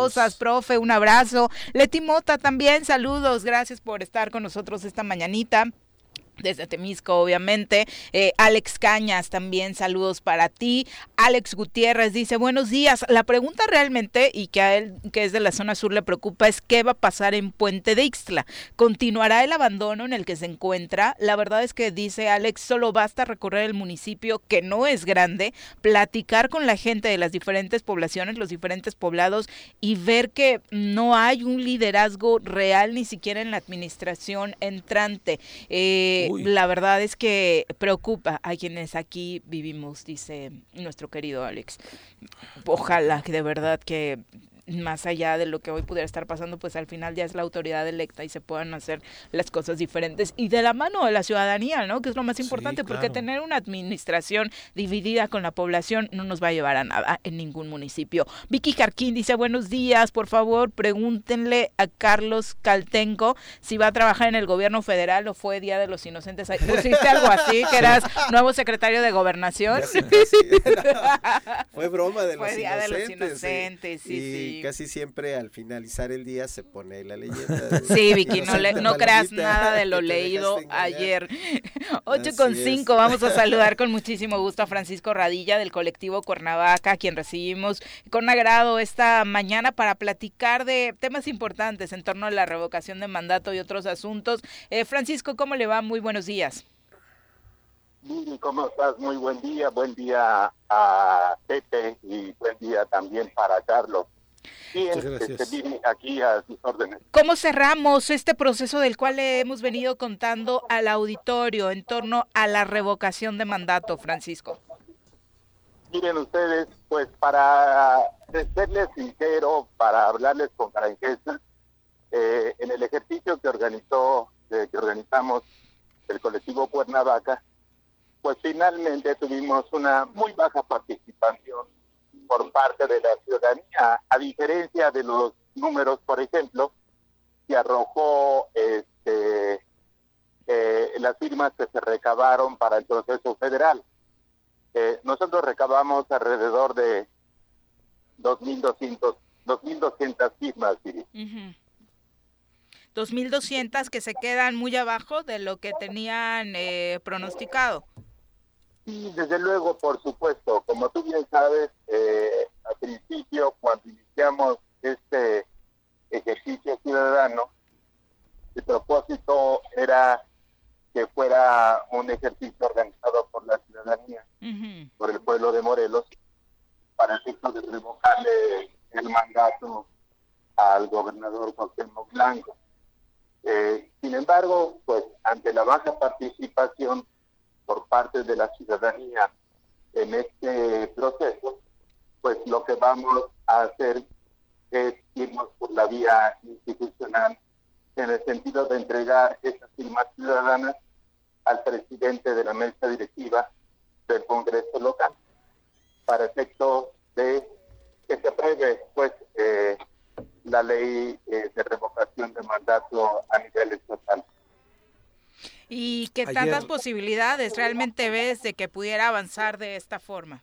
Rosas, profe, un abrazo. Leti Mota también, saludos, gracias por estar con nosotros esta mañanita. Desde Temisco, obviamente. eh, Alex Cañas también, saludos para ti. Alex Gutiérrez dice, buenos días. La pregunta realmente, y que a él, que es de la zona sur, le preocupa, es qué va a pasar en Puente de Ixtla. ¿Continuará el abandono en el que se encuentra? La verdad es que, dice Alex, solo basta recorrer el municipio, que no es grande, platicar con la gente de las diferentes poblaciones, los diferentes poblados, y ver que no hay un liderazgo real, ni siquiera en la administración entrante. Eh, Uy. La verdad es que preocupa a quienes aquí vivimos, dice nuestro querido Alex. Ojalá que de verdad que más allá de lo que hoy pudiera estar pasando, pues al final ya es la autoridad electa y se puedan hacer las cosas diferentes y de la mano de la ciudadanía, ¿no? Que es lo más importante, sí, claro. Porque tener una administración dividida con la población no nos va a llevar a nada en ningún municipio. Vicky Jarquín dice, buenos días, por favor, pregúntenle a Carlos Caltenco si va a trabajar en el gobierno federal o fue Día de los Inocentes. ¿Pusiste algo así, que eras nuevo secretario de Gobernación? Casi, casi. Fue broma de fue los Día Inocentes. de los Inocentes, sí, sí. sí. Y casi siempre al finalizar el día se pone la leyenda. Sí, Vicky, no, le, no creas nada de lo leído ayer. ocho con cinco, vamos a saludar con muchísimo gusto a Francisco Radilla del colectivo Cuernavaca, a quien recibimos con agrado esta mañana para platicar de temas importantes en torno a la revocación de mandato y otros asuntos. Eh, Francisco, ¿cómo le va? Muy buenos días. Miri, ¿cómo estás? Muy buen día. Buen día a Pepe y buen día también para Carlos. Bien, este, aquí a sus órdenes. ¿Cómo cerramos este proceso del cual le hemos venido contando al auditorio en torno a la revocación de mandato, Francisco? Miren ustedes, pues para serles sincero, para hablarles con franqueza, eh, en el ejercicio que organizó, eh, que organizamos el colectivo Cuernavaca, pues finalmente tuvimos una muy baja participación por parte de la ciudadanía, a diferencia de los números, por ejemplo, que arrojó este, eh, las firmas que se recabaron para el proceso federal. Eh, nosotros recabamos alrededor de dos mil doscientas firmas. Uh-huh. dos mil doscientas que se quedan muy abajo de lo que tenían eh, pronosticado. Sí, desde luego, por supuesto. Como tú bien sabes, eh, al principio, cuando iniciamos este ejercicio ciudadano, el propósito era que fuera un ejercicio organizado por la ciudadanía, uh-huh. por el pueblo de Morelos, para efecto de revocarle el mandato al gobernador Cuauhtémoc Blanco. Eh, sin embargo, pues ante la baja participación por parte de la ciudadanía en este proceso, pues lo que vamos a hacer es irnos por la vía institucional en el sentido de entregar esas firmas ciudadanas al presidente de la mesa directiva del Congreso local para efecto de que se apruebe pues eh, la ley eh, de revocación de mandato a nivel estatal. ¿Y qué Ayer... tantas posibilidades realmente ves de que pudiera avanzar de esta forma?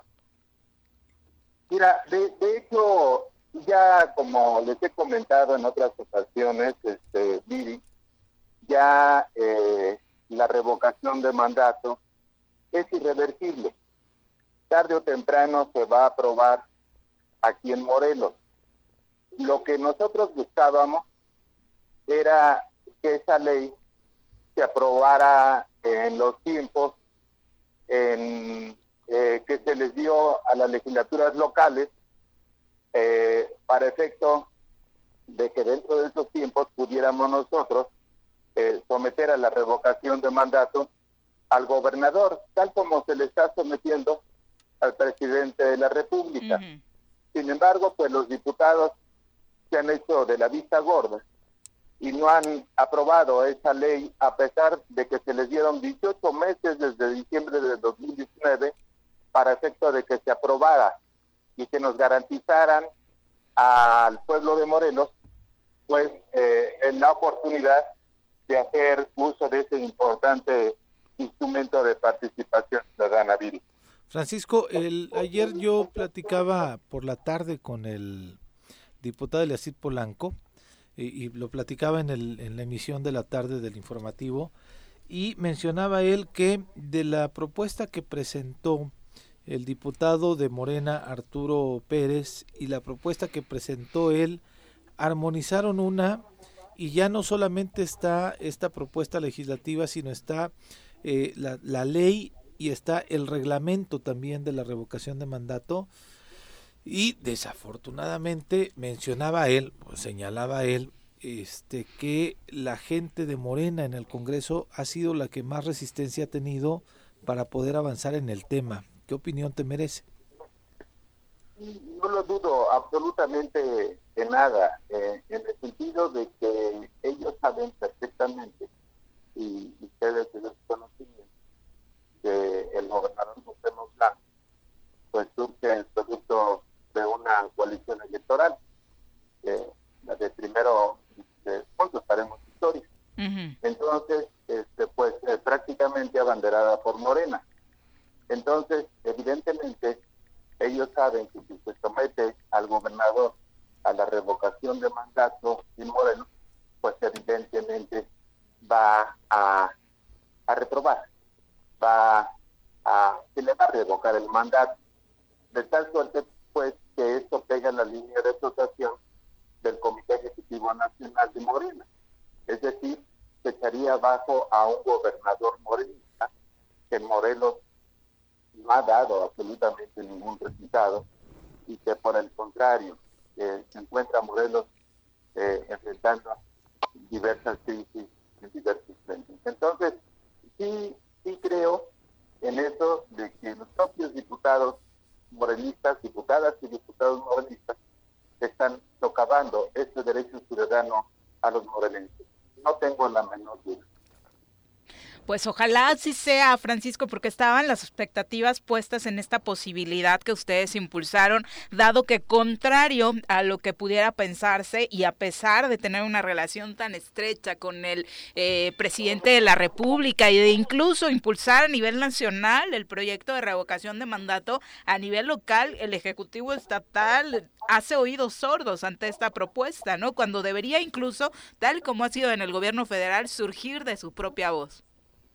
Mira, de, de hecho, ya como les he comentado en otras ocasiones, este, Miri, ya eh, la revocación de mandato es irreversible. Tarde o temprano se va a aprobar aquí en Morelos. Lo que nosotros buscábamos era que esa ley se aprobara en los tiempos en, eh, que se les dio a las legislaturas locales eh, para efecto de que dentro de esos tiempos pudiéramos nosotros eh, someter a la revocación de mandato al gobernador, tal como se le está sometiendo al presidente de la República. Uh-huh. Sin embargo, pues los diputados se han hecho de la vista gorda y no han aprobado esa ley, a pesar de que se les dieron dieciocho meses desde diciembre de dos mil diecinueve para efecto de que se aprobara y que nos garantizaran al pueblo de Morelos pues eh, en la oportunidad de hacer uso de ese importante instrumento de participación ciudadana, Viri. Francisco, el, ayer yo platicaba por la tarde con el diputada Eliacid Polanco, y, y lo platicaba en, el, en la emisión de la tarde del informativo, y mencionaba él que de la propuesta que presentó el diputado de Morena, Arturo Pérez, y la propuesta que presentó él, armonizaron una, y ya no solamente está esta propuesta legislativa, sino está eh, la, la ley y está el reglamento también de la revocación de mandato. Y desafortunadamente mencionaba él, o señalaba él, este que la gente de Morena en el Congreso ha sido la que más resistencia ha tenido para poder avanzar en el tema. ¿Qué opinión te merece? No lo dudo absolutamente de nada, eh, en el sentido de que ellos saben perfectamente, y ustedes se los conocen, que el gobernador Cuauhtémoc Blanco pues surge el producto de una coalición electoral, eh, la de primero después haremos historia. Uh-huh. Entonces, este, pues eh, prácticamente abanderada por Morena. Entonces, evidentemente, ellos saben que si se somete al gobernador a la revocación de mandato sin Moreno, pues evidentemente va a, a reprobar, va a, se le va a revocar el mandato, de tal suerte pues que esto pega en la línea de flotación del Comité Ejecutivo Nacional de Morena, es decir, se echaría abajo a un gobernador morenista que en Morelos no ha dado absolutamente ningún resultado y que por el contrario eh, se encuentra Morelos eh, enfrentando diversas crisis en diversos frentes. Entonces, sí, sí creo en eso de que los propios diputados morenistas, diputadas y diputados morenistas están socavando este derecho ciudadano a los morelenses. No tengo la menor duda. Pues ojalá así sea, Francisco, porque estaban las expectativas puestas en esta posibilidad que ustedes impulsaron, dado que contrario a lo que pudiera pensarse y a pesar de tener una relación tan estrecha con el eh, presidente de la República y de incluso impulsar a nivel nacional el proyecto de revocación de mandato, a nivel local el Ejecutivo Estatal hace oídos sordos ante esta propuesta, ¿no? Cuando debería incluso, tal como ha sido en el gobierno federal, surgir de su propia voz.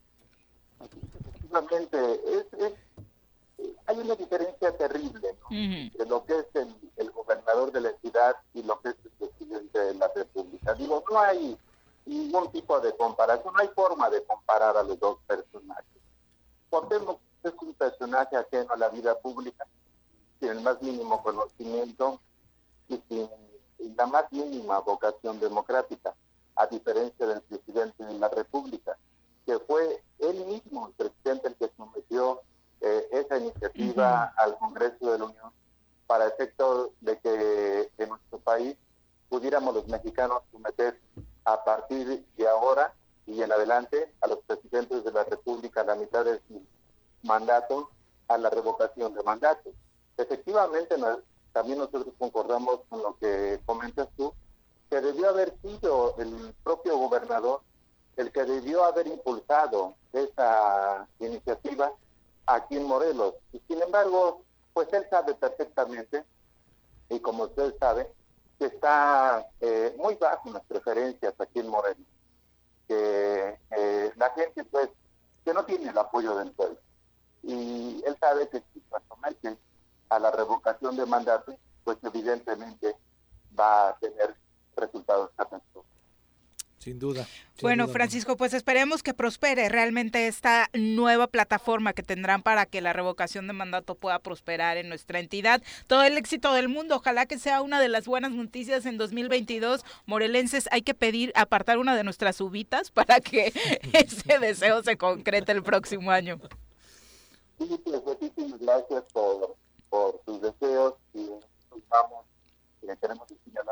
Efectivamente, es, es, hay una diferencia terrible, ¿no? Uh-huh. De lo que es el, el gobernador de la entidad y lo que es el presidente de la República. Digo, no hay ningún tipo de comparación, no hay forma de comparar a los dos personajes. Cuauhtémoc es un personaje ajeno a la vida pública, sin el más mínimo conocimiento y sin, sin la más mínima vocación democrática, a diferencia del presidente de la República, que fue él mismo, el presidente, el que sometió eh, esa iniciativa uh-huh. al Congreso de la Unión para efecto de que en nuestro país pudiéramos los mexicanos someter a partir de ahora y en adelante a los presidentes de la República a la mitad de su mandato a la revocación de mandato. Efectivamente, no, también nosotros concordamos con lo que comentas tú, que debió haber sido el propio gobernador el que debió haber impulsado esa iniciativa aquí en Morelos. Y sin embargo, pues él sabe perfectamente, y como usted sabe, que está eh, muy bajo en las preferencias aquí en Morelos. Que eh, la gente, pues, que no tiene el apoyo del pueblo. Y él sabe que si se somete a la revocación de mandato, pues evidentemente va a tener resultados catastróficos. Sin duda. Sin bueno, duda, Francisco, no. Pues esperemos que prospere realmente esta nueva plataforma que tendrán para que la revocación de mandato pueda prosperar en nuestra entidad. Todo el éxito del mundo, ojalá que sea una de las buenas noticias en dos mil veintidós. Morelenses, hay que pedir apartar una de nuestras uvitas para que ese deseo se concrete el próximo año. Sí, pues muchísimas gracias por, por sus deseos y vamos, que tenemos que señalar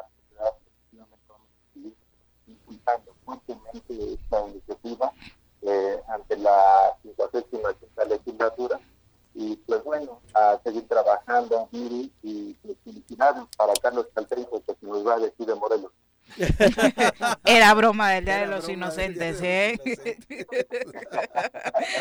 impulsando fuertemente esta iniciativa eh, ante la cincuagésima quinta legislatura y pues bueno, a seguir trabajando, Miri, y pues, felicidades para Carlos Calteijo, que se nos va de aquí de Morelos. Era broma del Día Era de los broma Inocentes, del Día ¿eh?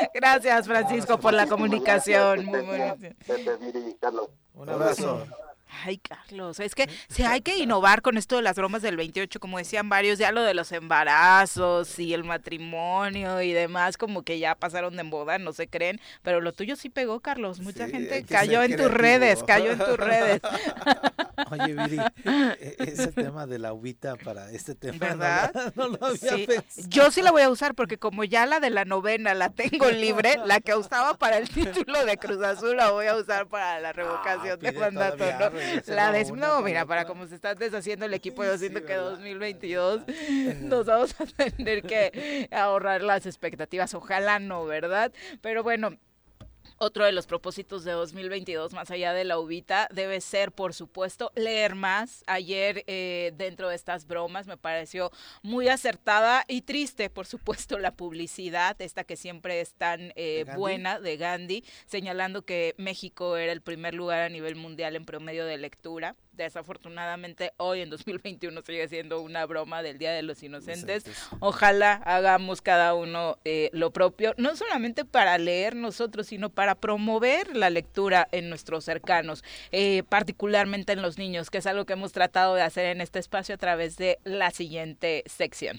Gracias, Francisco, por la comunicación. Muy bonito. Pepe, Miri y Carlos. Un abrazo. Ay, Carlos, es que sí hay que innovar con esto de las bromas del veintiocho, como decían varios, ya lo de los embarazos y el matrimonio y demás, como que ya pasaron de moda, no se creen, pero lo tuyo sí pegó, Carlos, mucha Sí, gente hay que cayó ser en tus creativo. redes, cayó en tus redes. Oye, Viri, e- ese tema de la uvita para este tema, ¿Verdad? No, no lo había Sí, pensado. yo sí la voy a usar porque como ya la de la novena la tengo libre, la que usaba para el título de Cruz Azul la voy a usar para la revocación Ah, de pide mandato, todavía ¿no? regresar La a des- una no, para mira, otra. para como se está deshaciendo el equipo, yo Sí, siento que ¿verdad? dos mil veintidós nos vamos a tener que ahorrar las expectativas, ojalá no, ¿verdad? Pero bueno, otro de los propósitos de dos mil veintidós, más allá de la uvita, debe ser, por supuesto, leer más. Ayer, eh, dentro de estas bromas, me pareció muy acertada y triste, por supuesto, la publicidad, esta que siempre es tan eh, ¿De buena, de Gandhi, señalando que México era el primer lugar a nivel mundial en promedio de lectura. Desafortunadamente, hoy en dos mil veintiuno sigue siendo una broma del Día de los Inocentes. Ojalá hagamos cada uno eh, lo propio, no solamente para leer nosotros, sino para promover la lectura en nuestros cercanos, eh, particularmente en los niños, que es algo que hemos tratado de hacer en este espacio a través de la siguiente sección.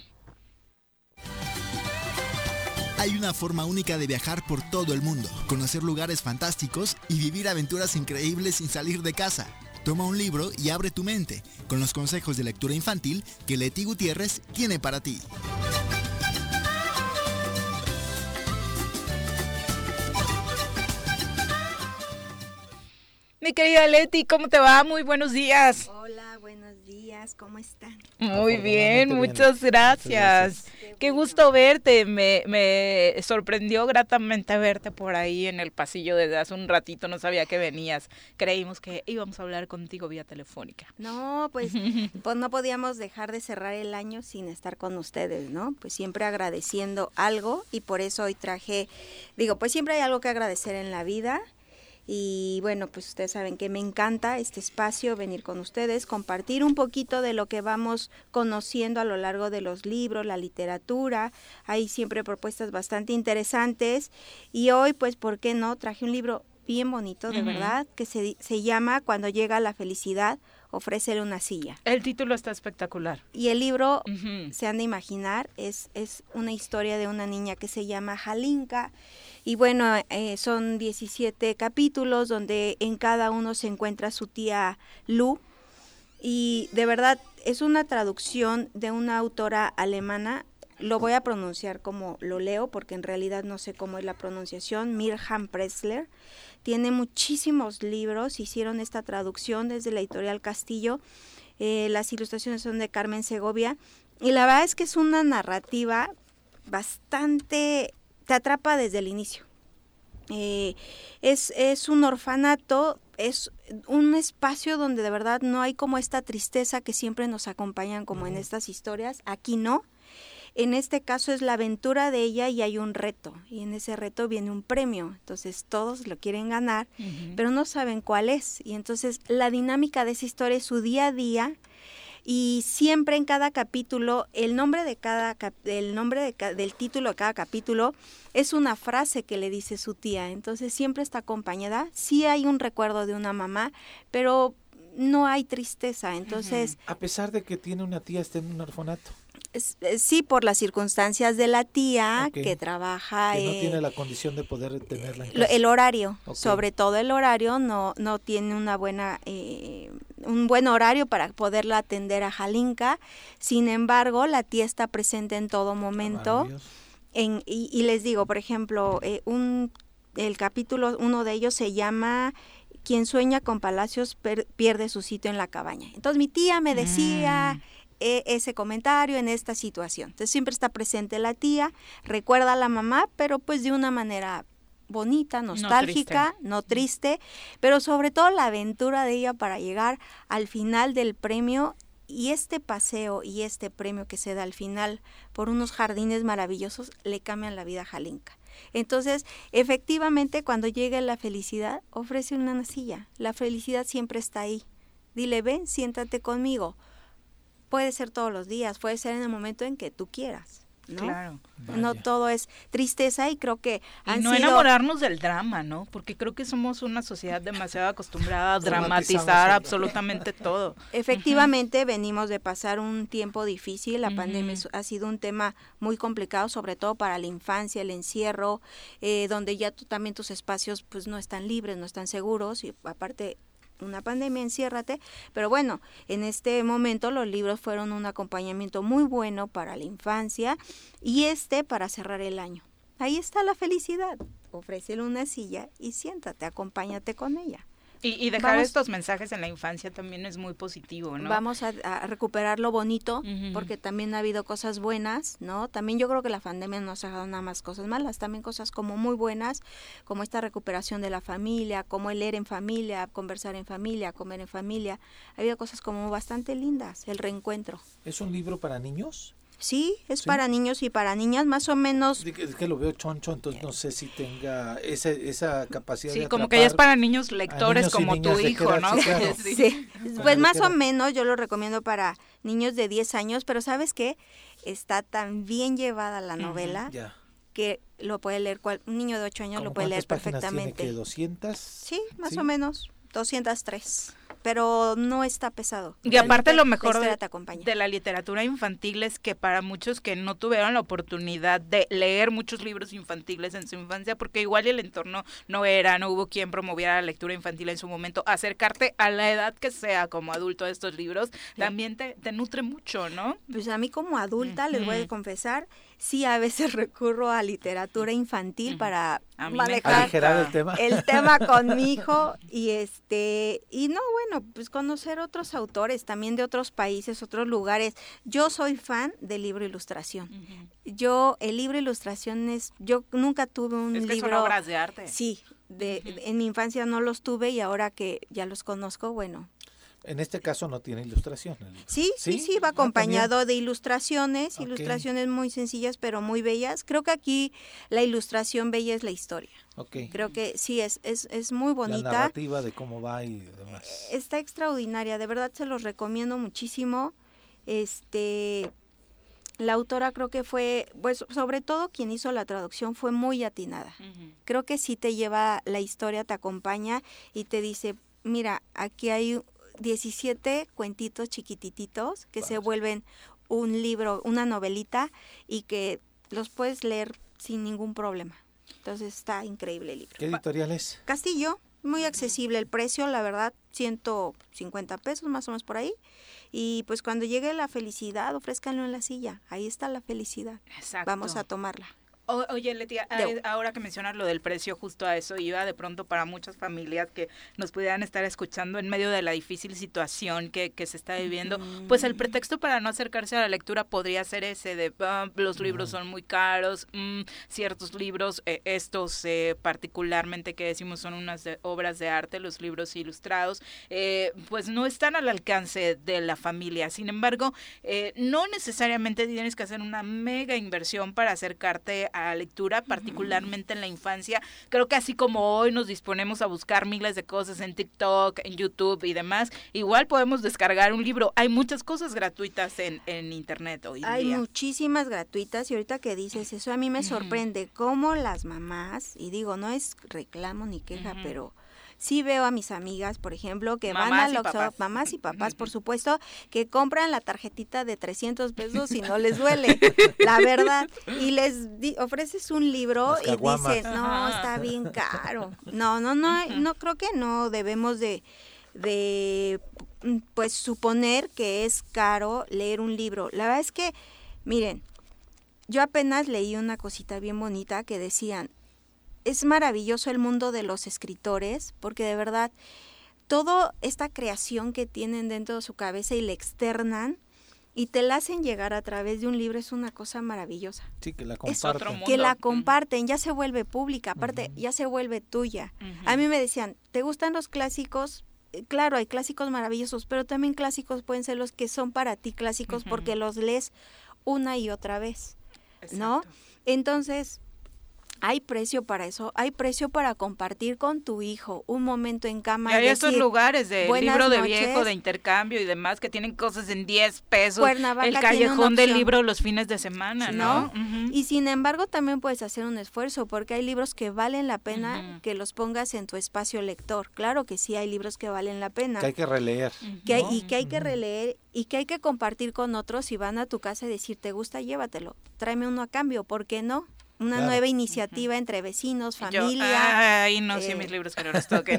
Hay una forma única de viajar por todo el mundo, conocer lugares fantásticos y vivir aventuras increíbles sin salir de casa. Toma un libro y abre tu mente con los consejos de lectura infantil que Leti Gutiérrez tiene para ti. Mi querida Leti, ¿cómo te va? Muy buenos días. Hola, buenos días, ¿cómo están? Muy Afortunadamente bien, bien. muchas gracias. Muchas gracias. Qué gusto verte, me, me sorprendió gratamente verte por ahí en el pasillo desde hace un ratito, no sabía que venías. Creímos que íbamos a hablar contigo vía telefónica. No, pues, pues no podíamos dejar de cerrar el año sin estar con ustedes, ¿no? Pues siempre agradeciendo algo y por eso hoy traje, digo, pues siempre hay algo que agradecer en la vida. Y bueno, pues ustedes saben que me encanta este espacio, venir con ustedes, compartir un poquito de lo que vamos conociendo a lo largo de los libros, la literatura. Hay siempre propuestas bastante interesantes y hoy, pues, ¿por qué no? Traje un libro bien bonito, de Ujú. verdad, que se, se llama Cuando llega la felicidad, ofrécele una silla. El título está espectacular. Y el libro, Ujú. se han de imaginar, es, es una historia de una niña que se llama Jalinka. Y bueno, eh, son diecisiete capítulos donde en cada uno se encuentra su tía Lu. Y de verdad es una traducción de una autora alemana. Lo voy a pronunciar como lo leo porque en realidad no sé cómo es la pronunciación. Mirjam Pressler. Tiene muchísimos libros. Hicieron esta traducción desde la editorial Castillo. Eh, las ilustraciones son de Carmen Segovia. Y la verdad es que es una narrativa bastante... te atrapa desde el inicio. Eh, es, es un orfanato, es un espacio donde de verdad no hay como esta tristeza que siempre nos acompañan como en estas historias. Aquí no. En este caso es la aventura de ella y hay un reto. Y en ese reto viene un premio. Entonces todos lo quieren ganar, Ujú. pero no saben cuál es. Y entonces la dinámica de esa historia es su día a día. Y siempre en cada capítulo, el nombre de cada cap- el nombre de ca- del título de cada capítulo es una frase que le dice su tía. Entonces siempre está acompañada. Sí hay un recuerdo de una mamá, pero no hay tristeza. Entonces, A pesar de que tiene una tía, está en un orfanato, es- es- sí, por las circunstancias de la tía Ok. que trabaja... que no eh, tiene la condición de poder tenerla en Lo- casa. el horario, Ok. sobre todo el horario, no no tiene una buena eh, un buen horario para poderla atender a Jalinka. Sin embargo, la tía está presente en todo momento. Maravilloso. En, y, y les digo, por ejemplo, eh, un el capítulo, uno de ellos se llama Quien sueña con palacios per- pierde su sitio en la cabaña. Entonces mi tía me decía... Mm. e- ese comentario en esta situación. Entonces siempre está presente la tía, recuerda a la mamá, pero pues de una manera bonita, nostálgica, no triste, pero sobre todo la aventura de ella para llegar al final del premio y este paseo y este premio que se da al final por unos jardines maravillosos le cambian la vida a Jalinka. Entonces, efectivamente, cuando llegue la felicidad, ofrece una silla. La felicidad siempre está ahí. Dile, ven, siéntate conmigo. Puede ser todos los días, puede ser en el momento en que tú quieras, ¿no? Claro. No Vaya. todo es tristeza y creo que han Y no sido... enamorarnos del drama, ¿no? Porque creo que somos una sociedad demasiado acostumbrada a dramatizar Dramatizamos el- absolutamente todo. Efectivamente, uh-huh. venimos de pasar un tiempo difícil, la uh-huh. pandemia ha sido un tema muy complicado, sobre todo para la infancia, el encierro, eh, donde ya tú, también tus espacios pues no están libres, no están seguros, y aparte una pandemia, enciérrate, pero bueno, en este momento los libros fueron un acompañamiento muy bueno para la infancia y este para cerrar el año. Ahí está la felicidad, ofrécele una silla y siéntate, acompáñate con ella. Y, y dejar vamos, estos mensajes en la infancia también es muy positivo, ¿no? Vamos a, a recuperar lo bonito, uh-huh. porque también ha habido cosas buenas, ¿no? También yo creo que la pandemia nos ha dejado nada más cosas malas, también cosas como muy buenas, como esta recuperación de la familia, como el leer en familia, conversar en familia, comer en familia. Ha habido cosas como bastante lindas, el reencuentro. ¿Es un libro para niños? Sí, es ¿Sí? para niños y para niñas, más o menos. Es que lo veo choncho, entonces no sé si tenga esa, esa capacidad sí, de como que ya es para niños lectores niños como tu hijo, edad, ¿no? Sí, claro. sí. sí. Pues más o menos yo lo recomiendo para niños de diez años, pero ¿sabes qué? Está tan bien llevada la novela uh-huh. que lo puede leer, cual, un niño de ocho años lo puede leer perfectamente. ¿Tiene que doscientas? Sí, más ¿Sí? o menos, doscientas tres. Pero no está pesado. Y aparte lo mejor de, de la literatura infantil es que para muchos que no tuvieron la oportunidad de leer muchos libros infantiles en su infancia, porque igual el entorno no era, no hubo quien promoviera la lectura infantil en su momento, acercarte a la edad que sea como adulto a estos libros, sí. también te, te nutre mucho, ¿no? Pues a mí como adulta, uh-huh. les voy a confesar, sí a veces recurro a literatura infantil uh-huh. para a mí manejar el tema. el tema con mi hijo y este y no bueno pues conocer otros autores también de otros países, otros lugares. Yo soy fan del libro ilustración. Uh-huh. Yo el libro ilustración es yo nunca tuve un es que libro son obras de arte. Sí, de uh-huh. en mi infancia no los tuve y ahora que ya los conozco, bueno. En este caso no tiene ilustración. Sí, sí, sí, sí, va acompañado ah, de ilustraciones, okay. ilustraciones muy sencillas pero muy bellas. Creo que aquí la ilustración bella es la historia. Okay. Creo que sí, es, es, es muy bonita. La narrativa de cómo va y demás. Está extraordinaria, de verdad se los recomiendo muchísimo. Este, la autora creo que fue, pues sobre todo quien hizo la traducción fue muy atinada. Uh-huh. Creo que sí te lleva la historia, te acompaña y te dice, mira, aquí hay diecisiete cuentitos chiquitititos que wow. se vuelven un libro, una novelita y que los puedes leer sin ningún problema. Entonces está increíble el libro. ¿Qué editorial es? Castillo, muy accesible el precio, la verdad, ciento cincuenta pesos más o menos por ahí. Y pues cuando llegue la felicidad, ofrézcanlo en la silla. Ahí está la felicidad. Exacto. Vamos a tomarla. O, oye, Leti, de... ahora que mencionas lo del precio, justo a eso iba de pronto para muchas familias que nos pudieran estar escuchando en medio de la difícil situación que, que se está viviendo, mm. pues el pretexto para no acercarse a la lectura podría ser ese de uh, los libros son muy caros, mm, ciertos libros, eh, estos eh, particularmente que decimos son unas de, obras de arte, los libros ilustrados, eh, pues no están al alcance de la familia. Sin embargo, eh, no necesariamente tienes que hacer una mega inversión para acercarte a la lectura, particularmente en la infancia. Creo que así como hoy nos disponemos a buscar miles de cosas en TikTok, en YouTube y demás, igual podemos descargar un libro. Hay muchas cosas gratuitas en, en internet hoy Hay día. muchísimas gratuitas y ahorita que dices eso, a mí me sorprende uh-huh. cómo las mamás, y digo, no es reclamo ni queja, uh-huh. pero sí veo a mis amigas, por ejemplo, que mamás van al Oxxo, mamás y papás, por supuesto, que compran la tarjetita de trescientos pesos y no les duele, la verdad, y les di- ofreces un libro y dicen, no, está bien caro. No, no, no, no creo que no debemos de, de, pues, suponer que es caro leer un libro. La verdad es que, miren, yo apenas leí una cosita bien bonita que decían, es maravilloso el mundo de los escritores, porque de verdad, toda esta creación que tienen dentro de su cabeza y la externan, y te la hacen llegar a través de un libro, es una cosa maravillosa. Sí, que la Es otro comparten. mundo. Que la comparten, ya se vuelve pública, aparte, uh-huh. ya se vuelve tuya. Uh-huh. A mí me decían, ¿te gustan los clásicos? Claro, hay clásicos maravillosos, pero también clásicos pueden ser los que son para ti clásicos, uh-huh. porque los lees una y otra vez, exacto. ¿no? Entonces, Hay precio para eso, hay precio para compartir con tu hijo un momento en cama. Y hay y estos decir, lugares de libro de noches. viejo, de intercambio y demás que tienen cosas en diez pesos. Cuernavaca el tiene una callejón del opción. libro los fines de semana, Sí, ¿no? ¿no? Uh-huh. Y sin embargo también puedes hacer un esfuerzo porque hay libros que valen la pena uh-huh. que los pongas en tu espacio lector. Claro que sí, hay libros que valen la pena. Que hay que releer. Que hay, ¿no? Y que hay que releer y que hay que compartir con otros. Si van a tu casa y decir, ¿te gusta? Llévatelo. Tráeme uno a cambio, ¿por qué no? Una claro. nueva iniciativa uh-huh. entre vecinos, familia. Yo, ay, no, eh, sí, mis libros que no los toquen.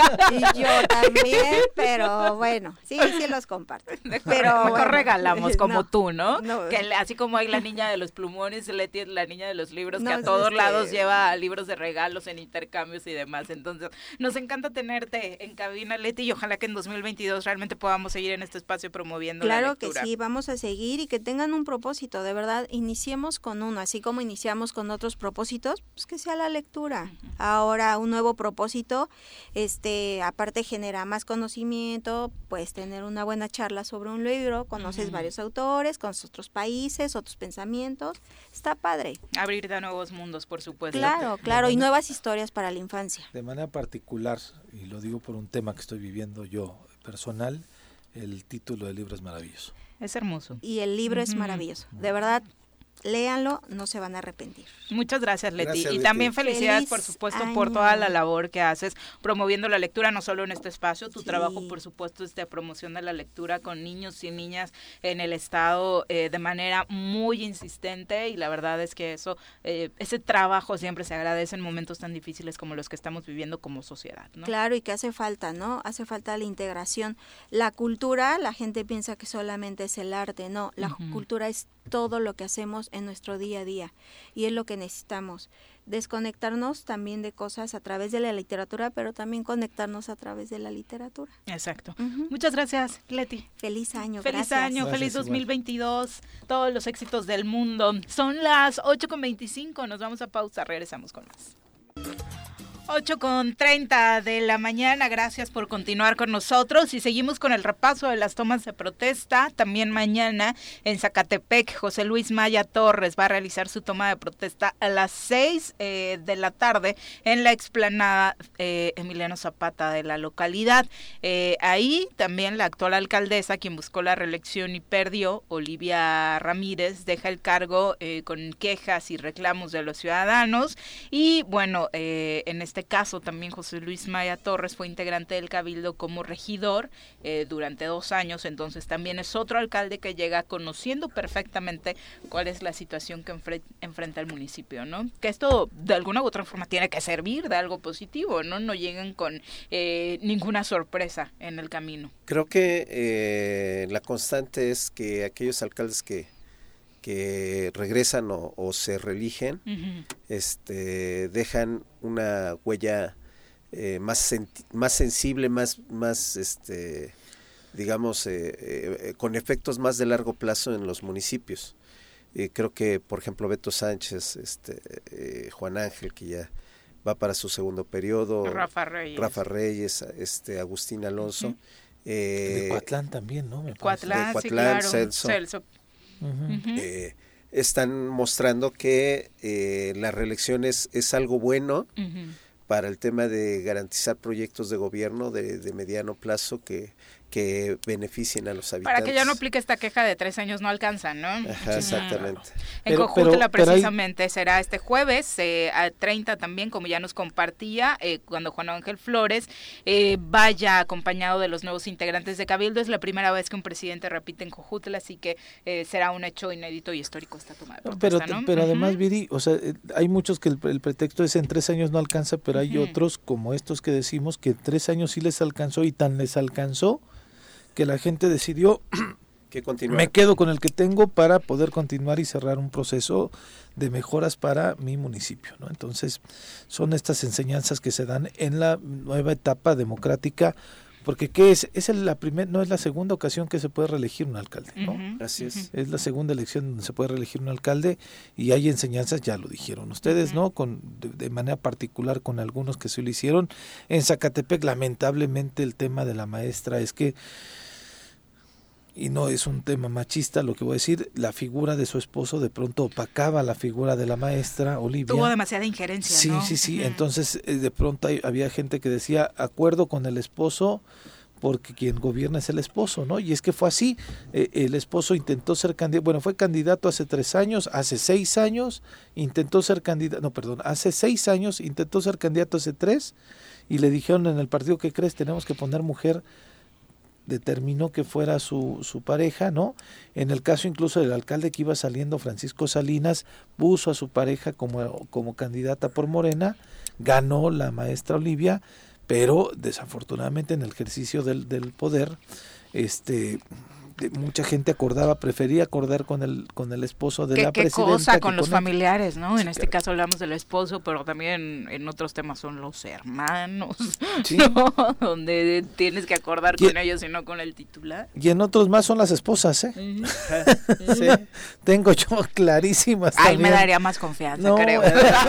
Y yo también, pero bueno, sí, sí los comparto. Pero mejor bueno, regalamos como no, tú, ¿no? no. Que así como hay la niña de los plumones, Leti es la niña de los libros, no, que a todos es lados que... lleva libros de regalos en intercambios y demás. Entonces, nos encanta tenerte en cabina, Leti, y ojalá que en dos mil veintidós realmente podamos seguir en este espacio promoviendo claro la lectura. Claro que sí, vamos a seguir y que tengan un propósito, de verdad, iniciemos con uno, así como iniciamos con otros propósitos, pues que sea la lectura. Uh-huh. Ahora un nuevo propósito, este, aparte genera más conocimiento, puedes tener una buena charla sobre un libro, conoces uh-huh. varios autores, conoces otros países, otros pensamientos, está padre. Abrirte a nuevos mundos, por supuesto. Claro, claro, y nuevas historias para la infancia. De manera particular, y lo digo por un tema que estoy viviendo yo personal, el título del libro es maravilloso. Es hermoso. Y el libro uh-huh. es maravilloso, de verdad. Léanlo, no se van a arrepentir. Muchas gracias, Leti. Gracias, y Leti. también felicidades, Feliz por supuesto, año. por toda la labor que haces promoviendo la lectura, no solo en este espacio, tu sí. trabajo, por supuesto, es de promoción de la lectura con niños y niñas en el estado eh, de manera muy insistente, y la verdad es que eso, eh, ese trabajo siempre se agradece en momentos tan difíciles como los que estamos viviendo como sociedad, ¿no? Claro, y que hace falta, ¿no? Hace falta la integración. La cultura, la gente piensa que solamente es el arte, no, la uh-huh. cultura es todo lo que hacemos en nuestro día a día y es lo que necesitamos, desconectarnos también de cosas a través de la literatura, pero también conectarnos a través de la literatura. Exacto. Uh-huh. Muchas gracias, Leti. Feliz año. Feliz gracias. año, gracias, feliz dos mil veintidós, igual. Todos los éxitos del mundo. Son las ocho con veinticinco, nos vamos a pausa, regresamos con más. ocho con treinta de la mañana, gracias por continuar con nosotros y seguimos con el repaso de las tomas de protesta. También mañana en Zacatepec, José Luis Maya Torres va a realizar su toma de protesta a las seis eh, de la tarde en la explanada eh, Emiliano Zapata de la localidad. Eh, ahí también la actual alcaldesa, quien buscó la reelección y perdió, Olivia Ramírez, deja el cargo eh, con quejas y reclamos de los ciudadanos. Y bueno, eh, en este caso también José Luis Maya Torres fue integrante del Cabildo como regidor eh, durante dos años, entonces también es otro alcalde que llega conociendo perfectamente cuál es la situación que enfre- enfrenta el municipio, ¿no? Que esto de alguna u otra forma tiene que servir de algo positivo, ¿no? No lleguen con eh, ninguna sorpresa en el camino. Creo que eh, la constante es que aquellos alcaldes que que regresan o, o se reeligen, uh-huh. este, dejan una huella eh, más senti- más sensible, más más este, digamos eh, eh, con efectos más de largo plazo en los municipios. Eh, creo que, por ejemplo, Beto Sánchez, este, eh, Juan Ángel, que ya va para su segundo periodo, Rafa Reyes, Rafa Reyes, este, Agustín Alonso. Uh-huh. eh, de Coatlán también, ¿no? Me Coatlán, de Coatlán, sí, claro. Celso. Celso. Uh-huh. eh, están mostrando que eh, la reelección es, es algo bueno uh-huh. para el tema de garantizar proyectos de gobierno de, de mediano plazo que, que beneficien a los habitantes. Para que ya no aplique esta queja de tres años no alcanzan, ¿no? Ajá, exactamente. En pero, Cojutla pero, precisamente hay... será este jueves eh, a treinta también, como ya nos compartía, eh, cuando Juan Ángel Flores eh, vaya acompañado de los nuevos integrantes de Cabildo. Es la primera vez que un presidente repite en Cojutla, así que eh, será un hecho inédito y histórico esta toma de protesta, pero, ¿no? Pero uh-huh. además, Viri, o sea, hay muchos que el, el pretexto es en tres años no alcanza, pero hay uh-huh. otros como estos que decimos que tres años sí les alcanzó y tan les alcanzó que la gente decidió que continuar. Me quedo con el que tengo para poder continuar y cerrar un proceso de mejoras para mi municipio, ¿no? Entonces, son estas enseñanzas que se dan en la nueva etapa democrática, porque ¿qué es? Es la primer, no es la segunda ocasión que se puede reelegir un alcalde, ¿no? Uh-huh. Así es. Es la segunda elección donde se puede reelegir un alcalde y hay enseñanzas, ya lo dijeron ustedes, uh-huh. ¿no? Con de, de manera particular con algunos que sí lo hicieron. En Zacatepec, lamentablemente, el tema de la maestra es que y no es un tema machista lo que voy a decir, la figura de su esposo de pronto opacaba la figura de la maestra Olivia. Tuvo demasiada injerencia, sí, ¿no? Sí, sí, sí. Entonces eh, de pronto hay, había gente que decía, acuerdo con el esposo, porque quien gobierna es el esposo, ¿no? Y es que fue así, eh, el esposo intentó ser candidato, bueno, fue candidato hace tres años, hace seis años, intentó ser candidato, no, perdón, hace seis años, intentó ser candidato hace tres, y le dijeron en el partido, ¿qué crees? Tenemos que poner mujer, determinó que fuera su, su pareja, ¿no? En el caso incluso del alcalde que iba saliendo, Francisco Salinas, puso a su pareja como, como candidata por Morena, ganó la maestra Olivia, pero desafortunadamente en el ejercicio del, del poder, este mucha gente acordaba, prefería acordar con el con el esposo de ¿Qué, la qué presidenta. cosa con los con familiares, ¿no? Sí, en este claro. caso hablamos del esposo, pero también en otros temas son los hermanos, Sí. ¿no? Donde tienes que acordar Y- con ellos y no con el titular. Y en otros más son las esposas, ¿eh? Ujú. Sí. Tengo yo clarísimas Ahí también. me daría más confianza, No, creo.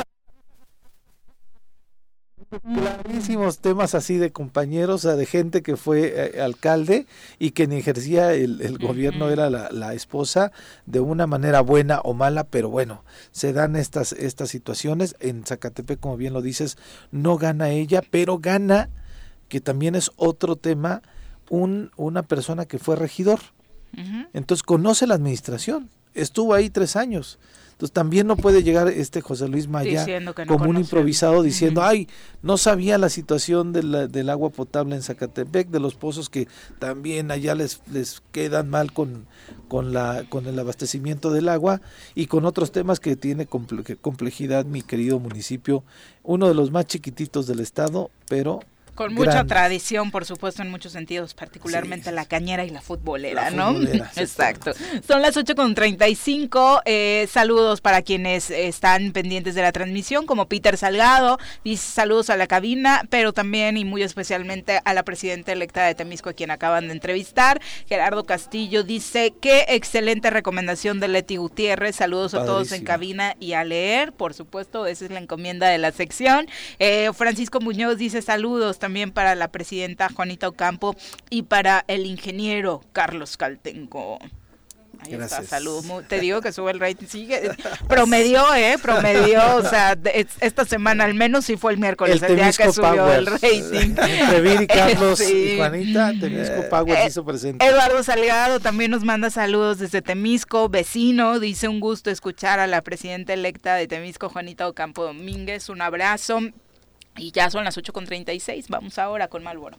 clarísimos temas así de compañeros, o sea, de gente que fue eh, alcalde y que ni ejercía el, el gobierno, Ujú. era la, la esposa, de una manera buena o mala, pero bueno, se dan estas, estas situaciones. En Zacatepec, como bien lo dices, no gana ella, pero gana, que también es otro tema, un, una persona que fue regidor. Ujú. Entonces conoce la administración, estuvo ahí tres años. Entonces también no puede llegar este José Luis Maya Diciendo que no como un conoció. improvisado diciendo, Ujú. ay, no sabía la situación de la- del agua potable en Zacatepec, de los pozos que también allá les, les quedan mal con, con, la, con el abastecimiento del agua y con otros temas que tiene comple- complejidad mi querido municipio, uno de los más chiquititos del estado, pero Con mucha grande. tradición, por supuesto, en muchos sentidos, particularmente Sí. la cañera y la futbolera, La ¿no? futbolera, sí, Exacto. Son las ocho con treinta y cinco. Eh, saludos para quienes están pendientes de la transmisión, como Peter Salgado, dice saludos a la cabina, pero también y muy especialmente a la presidenta electa de Temisco, a quien acaban de entrevistar. Gerardo Castillo dice, qué excelente recomendación de Leti Gutiérrez. Saludos a todos en Padrísimo. cabina y a leer, por supuesto, esa es la encomienda de la sección. Eh, Francisco Muñoz dice saludos también para la presidenta Juanita Ocampo y para el ingeniero Carlos Caltenco. Ahí Gracias. está, salud. Mu- Te digo que sube el rating. Sigue. Promedió, ¿eh? Promedió. O sea, de- es- esta semana al menos sí fue el miércoles, el, El día que Temisco subió Power. el rating. Entre Viri, Carlos Sí. y Juanita, Temisco Power Eh, hizo presente. Eduardo Salgado también nos manda saludos desde Temisco, vecino, dice un gusto escuchar a la presidenta electa de Temisco, Juanita Ocampo Domínguez, un abrazo. Y ya son las ocho con treinta y seis, vamos ahora con Malboro.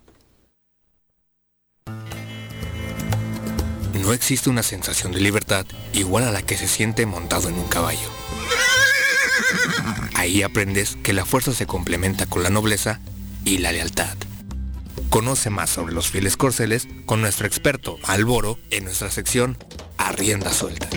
No existe una sensación de libertad igual a la que se siente montado en un caballo. Ahí aprendes que la fuerza se complementa con la nobleza y la lealtad. Conoce más sobre los fieles corceles con nuestro experto Malboro en nuestra sección A Rienda Suelta.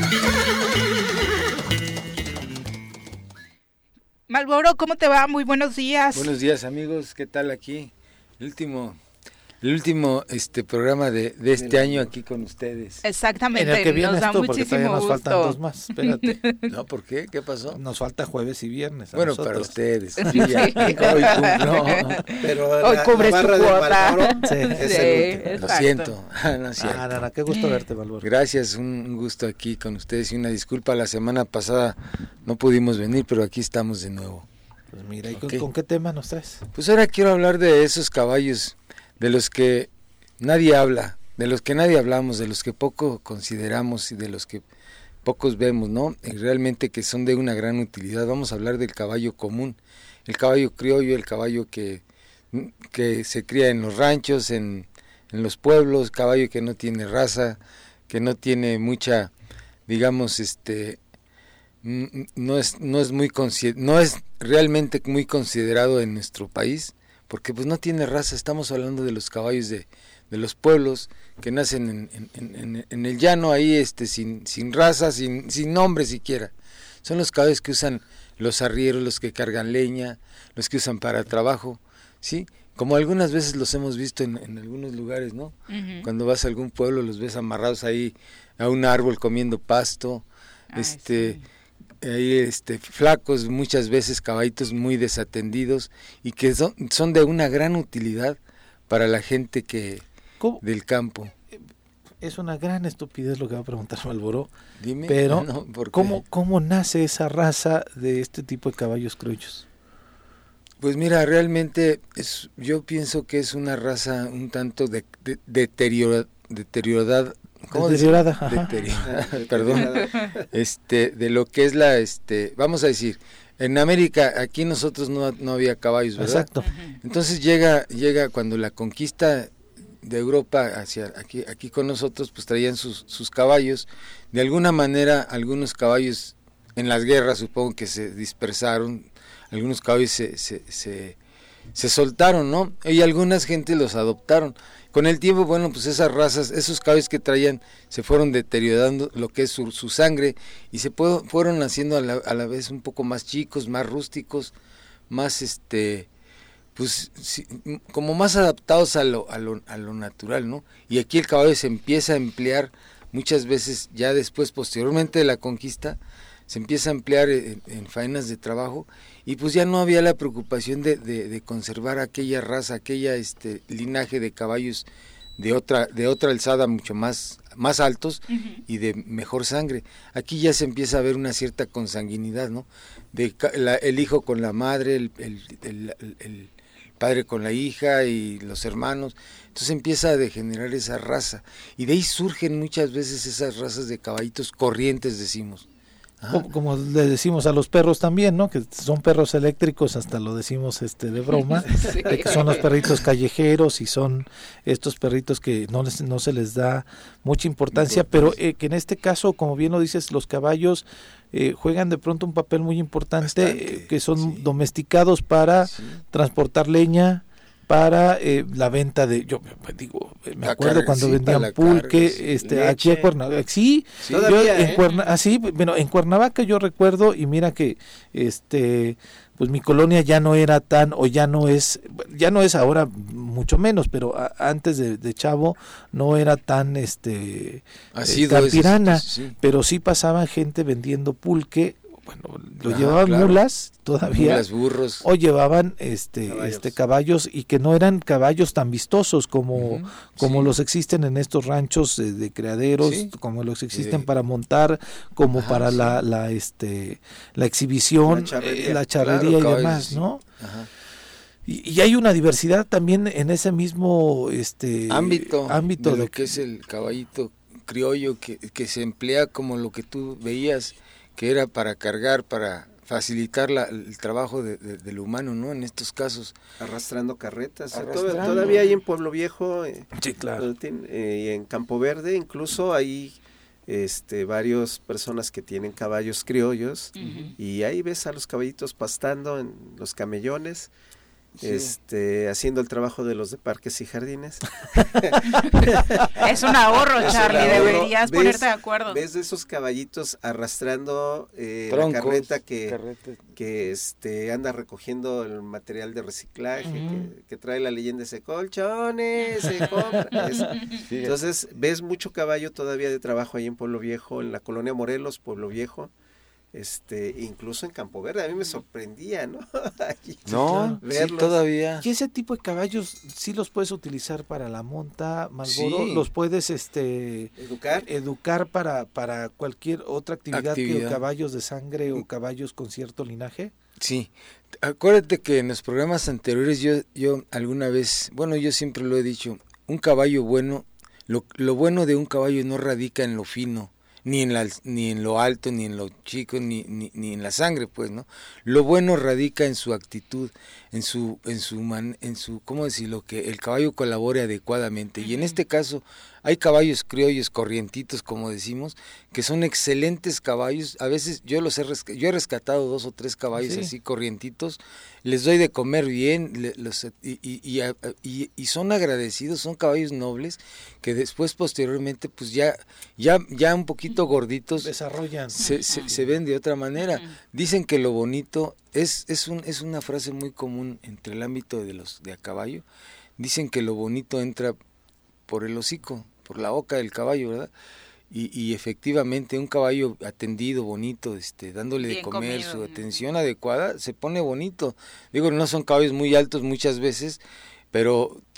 Malboro, ¿cómo te va? Muy buenos días. Buenos días, amigos, ¿qué tal aquí? El último, el último este programa de, de este año aquí con ustedes. Exactamente, En el que vienes nos da tú, porque todavía muchísimo nos gusto. faltan dos más, espérate. No, ¿por qué? ¿Qué pasó? Nos falta jueves y viernes. a Bueno, nosotros. para ustedes. Yo ya- hoy cumplo. Pero Hoy la, cubres la tu barra de cuota. Malboro Sí. es Sí, el último. Lo exacto. siento. No es cierto. Ah, no, no, qué gusto verte, Malboro. Gracias, un, un gusto aquí con ustedes y una disculpa, la semana pasada no pudimos venir, pero aquí estamos de nuevo. Pues mira, ¿y con, Ok. con qué tema nos traes? Pues ahora quiero hablar de esos caballos de los que nadie habla, de los que nadie hablamos, de los que poco consideramos y de los que pocos vemos, ¿no? Y realmente que son de una gran utilidad. Vamos a hablar del caballo común, el caballo criollo, el caballo que, que se cría en los ranchos, en, en los pueblos, caballo que no tiene raza, que no tiene mucha, digamos, este... no es no es muy consi- no es realmente muy considerado en nuestro país porque pues no tiene raza. Estamos hablando de los caballos de, de los pueblos que nacen en, en, en, en el llano ahí este sin sin raza, sin sin nombre siquiera. Son los caballos que usan los arrieros, los que cargan leña, los que usan para trabajo, ¿sí? Como algunas veces los hemos visto en, en algunos lugares, ¿no? Ujú. Cuando vas a algún pueblo los ves amarrados ahí a un árbol comiendo pasto, Ay, este sí. ahí este flacos, muchas veces caballitos muy desatendidos y que son, son de una gran utilidad para la gente que ¿Cómo? del campo. es una gran estupidez lo que va a preguntar Malboro. Dime. Pero, no, ¿por qué? ¿cómo, ¿cómo nace esa raza de este tipo de caballos criollos? Pues mira, realmente es, yo pienso que es una raza un tanto de, de, deteriora, deteriorada, ¿cómo deteriorada, decir? Deteriorada, perdón, este, de lo que es la, este, vamos a decir, en América, aquí nosotros no, no había caballos, ¿verdad? Exacto. Entonces llega, llega cuando la conquista de Europa hacia aquí, aquí con nosotros, pues traían sus, sus caballos. De alguna manera, algunos caballos en las guerras, supongo que se dispersaron, algunos caballos se, se, se, se soltaron, ¿no? Y algunas gente los adoptaron. Con el tiempo, bueno, pues esas razas, esos caballos que traían, se fueron deteriorando lo que es su, su sangre, y se puedo, fueron haciendo a la, a la vez un poco más chicos, más rústicos, más este... pues sí, como más adaptados a lo, a lo a lo natural, ¿no? Y aquí el caballo se empieza a emplear muchas veces, ya después, posteriormente de la conquista, se empieza a emplear en, en faenas de trabajo, y pues ya no había la preocupación de, de, de conservar aquella raza, aquella este linaje de caballos de otra de otra alzada mucho más más altos uh-huh. y de mejor sangre. Aquí ya se empieza a ver una cierta consanguinidad, ¿no? De la, el hijo con la madre, el, el, el, el, el padre con la hija y los hermanos. Entonces empieza a degenerar esa raza, y de ahí surgen muchas veces esas razas de caballitos corrientes, decimos. Como, como le decimos a los perros también, ¿no? Que son perros eléctricos, hasta lo decimos este de broma, sí. de que son los perritos callejeros, y son estos perritos que no les, no se les da mucha importancia, pero eh, que en este caso, como bien lo dices, los caballos eh, juegan de pronto un papel muy importante, eh, que son sí. domesticados para sí. transportar leña, para eh, la venta de, yo digo, me la acuerdo cuando sí, vendían pulque, carga, sí. este, leche. Aquí a Cuernavaca, sí, sí todavía, yo, en ¿eh? Cuerna, así, bueno, en Cuernavaca yo recuerdo, y mira que, este, pues mi colonia ya no era tan, o ya no es, ya no es ahora mucho menos, pero a, antes de, de chavo no era tan, este, así tan pirana, sí, sí. pero sí pasaban gente vendiendo pulque. Bueno, lo ah, llevaban claro. mulas todavía, mulas, burros, o llevaban este caballos. este caballos, y que no eran caballos tan vistosos como uh-huh. como sí. los existen en estos ranchos de, de criaderos, sí. como los existen eh. para montar, como Ajá, para sí. la la este la exhibición, la charrería, eh, la charrería claro, y demás, sí. ¿no? Ajá. Y, y hay una diversidad también en ese mismo este ámbito, ámbito de de lo que es el caballito criollo, que, que se emplea como lo que tú veías, que era para cargar, para facilitar la, el trabajo de, de, del humano, ¿no? En estos casos. Arrastrando carretas. Arrastrando. Todavía hay en Pueblo Viejo, eh, sí, claro. eh, y en Campo Verde, incluso hay este, varias personas que tienen caballos criollos, uh-huh. y ahí ves a los caballitos pastando en los camellones. Sí. Este, haciendo el trabajo de los de parques y jardines. Es un ahorro, Charlie, un ahorro. Deberías ¿Ves, ponerte de acuerdo. Ves de esos caballitos arrastrando eh, Troncos, la carreta que, carreta. que este, anda recogiendo el material de reciclaje, uh-huh. que, que trae la leyenda ese colchones, se compra. Sí. Entonces, ves mucho caballo todavía de trabajo ahí en Pueblo Viejo, en la colonia Morelos, Pueblo Viejo. Este, incluso en Campo Verde, a mí me sorprendía, ¿no? Aquí, no, sí, todavía. Y ese tipo de caballos sí los puedes utilizar para la monta, Malboro, sí. los puedes este educar, educar para para cualquier otra actividad, actividad. que caballos de sangre o caballos con cierto linaje. Sí, acuérdate que en los programas anteriores yo yo alguna vez, bueno, yo siempre lo he dicho, un caballo bueno, lo, lo bueno de un caballo no radica en lo fino, ni en la, ni en lo alto, ni en lo chico, ni, ni, ni en la sangre, pues, ¿no? Lo bueno radica en su actitud, en su, en su, man, en su, ¿cómo decirlo? Que el caballo colabore adecuadamente. Y en este caso hay caballos criollos, corrientitos, como decimos, que son excelentes caballos. A veces yo los he resc- yo he rescatado dos o tres caballos sí. así corrientitos, les doy de comer bien, le, los, y, y, y, y, y son agradecidos, son caballos nobles que después posteriormente pues ya ya ya un poquito gorditos desarrollan, se, se, se ven de otra manera. Dicen que lo bonito es es un es una frase muy común entre el ámbito de los de a caballo. Dicen que lo bonito entra por el hocico, por la boca del caballo, ¿verdad? Y, y efectivamente un caballo atendido, bonito, este, dándole bien de comer, comido. Su atención adecuada, se pone bonito. Digo, no son caballos muy altos muchas veces, pero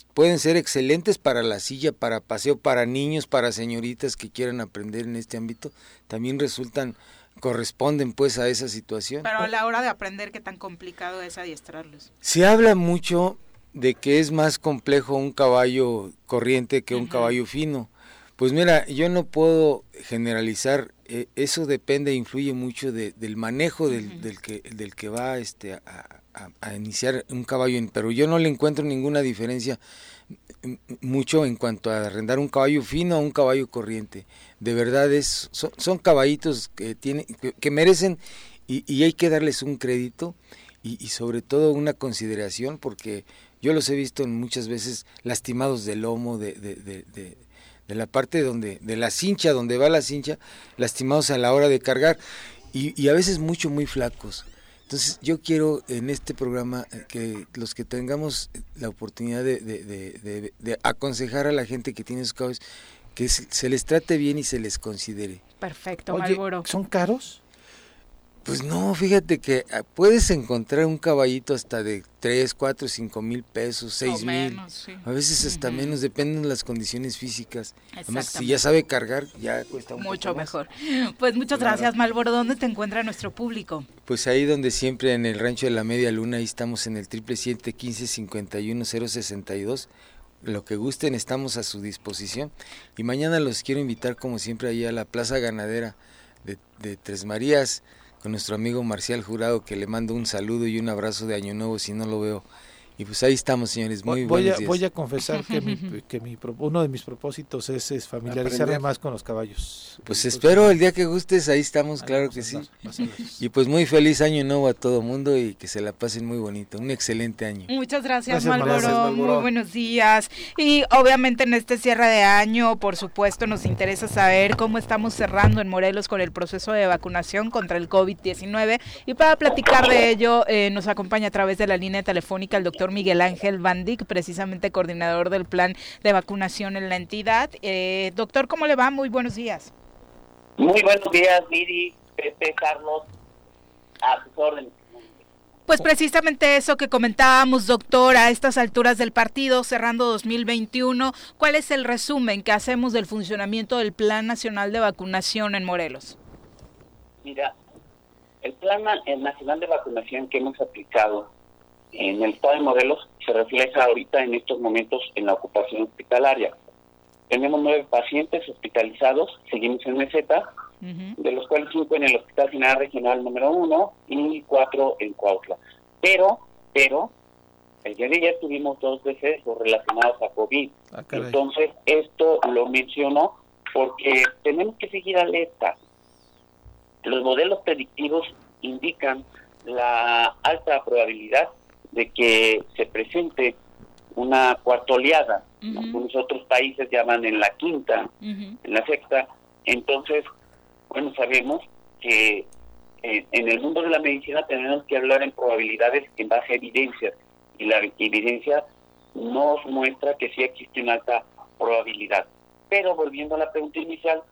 pueden ser excelentes para la silla, para paseo, para niños, para señoritas que quieran aprender en este ámbito, también resultan, corresponden pues a esa situación. Pero a la hora de aprender, ¿qué tan complicado es adiestrarlos? Se habla mucho de que es más complejo un caballo corriente que un uh-huh. caballo fino. Pues mira, yo no puedo generalizar, eh, eso depende, influye mucho de, del manejo del, uh-huh. del que del que va este a, a, a iniciar un caballo, en, pero yo no le encuentro ninguna diferencia mucho en cuanto a arrendar un caballo fino a un caballo corriente. De verdad es son, son caballitos que tienen que, que merecen y, y hay que darles un crédito y, y sobre todo una consideración, porque yo los he visto muchas veces lastimados del lomo, de, de, de, de, de la parte donde, de la cincha, donde va la cincha, lastimados a la hora de cargar y, y a veces mucho, muy flacos. Entonces yo quiero en este programa que los que tengamos la oportunidad de, de, de, de, de aconsejar a la gente que tiene esos caballos, que se les trate bien y se les considere. Perfecto, Oye, Malboro. ¿son caros? Pues no, fíjate que puedes encontrar un caballito hasta de tres, cuatro, cinco mil pesos, seis mil, sí. A veces hasta uh-huh. menos, dependen de las condiciones físicas. Además, si ya sabe cargar, ya cuesta un mucho poco más. mejor. Pues muchas claro. gracias, Malboro. ¿Dónde te encuentra nuestro público? Pues ahí donde siempre, en el Rancho de la Media Luna, ahí estamos en el triple siete quince cincuenta y uno cero sesenta y dos. Lo que gusten, estamos a su disposición. Y mañana los quiero invitar, como siempre, allá a la Plaza Ganadera de, de Tres Marías, con nuestro amigo Marcial Jurado, que le mando un saludo y un abrazo de Año Nuevo si no lo veo. Y pues ahí estamos, señores, muy voy buenos a, días. Voy a confesar que, mi, que mi, uno de mis propósitos es, es familiarizarme Aprender. más con los caballos. Pues Entonces, espero el día que gustes, ahí estamos, claro que sí. Y pues muy feliz Año Nuevo a todo mundo y que se la pasen muy bonito, un excelente año. Muchas gracias, gracias Malboro, muy buenos días. Y obviamente en este cierre de año, por supuesto, nos interesa saber cómo estamos cerrando en Morelos con el proceso de vacunación contra el COVID diecinueve. Y para platicar de ello, eh, nos acompaña a través de la línea telefónica el doctor Miguel Ángel Bandic, precisamente coordinador del plan de vacunación en la entidad. Eh, doctor, ¿cómo le va? Muy buenos días. Muy buenos días, Miri, Pepe, Carlos, a sus órdenes. Pues precisamente eso que comentábamos, doctor, a estas alturas del partido, cerrando dos mil veintiuno, ¿cuál es el resumen que hacemos del funcionamiento del Plan Nacional de Vacunación en Morelos? Mira, el Plan Nacional de Vacunación que hemos aplicado en el estado de Morelos se refleja ahorita en estos momentos en la ocupación hospitalaria. Tenemos nueve pacientes hospitalizados, seguimos en meseta, uh-huh. de los cuales cinco en el Hospital General Regional número uno y cuatro en Cuautla. Pero, pero, el día de ayer tuvimos dos decesos relacionados a COVID. Ah, Entonces, esto lo menciono porque tenemos que seguir alerta. Los modelos predictivos indican la alta probabilidad de que se presente una cuarta oleada, uh-huh. algunos otros países llaman en la quinta, uh-huh. en la sexta. Entonces, bueno, sabemos que eh, en el mundo de la medicina tenemos que hablar en probabilidades en base a evidencias, y la evidencia nos muestra que sí existe una alta probabilidad. Pero volviendo a la pregunta inicial,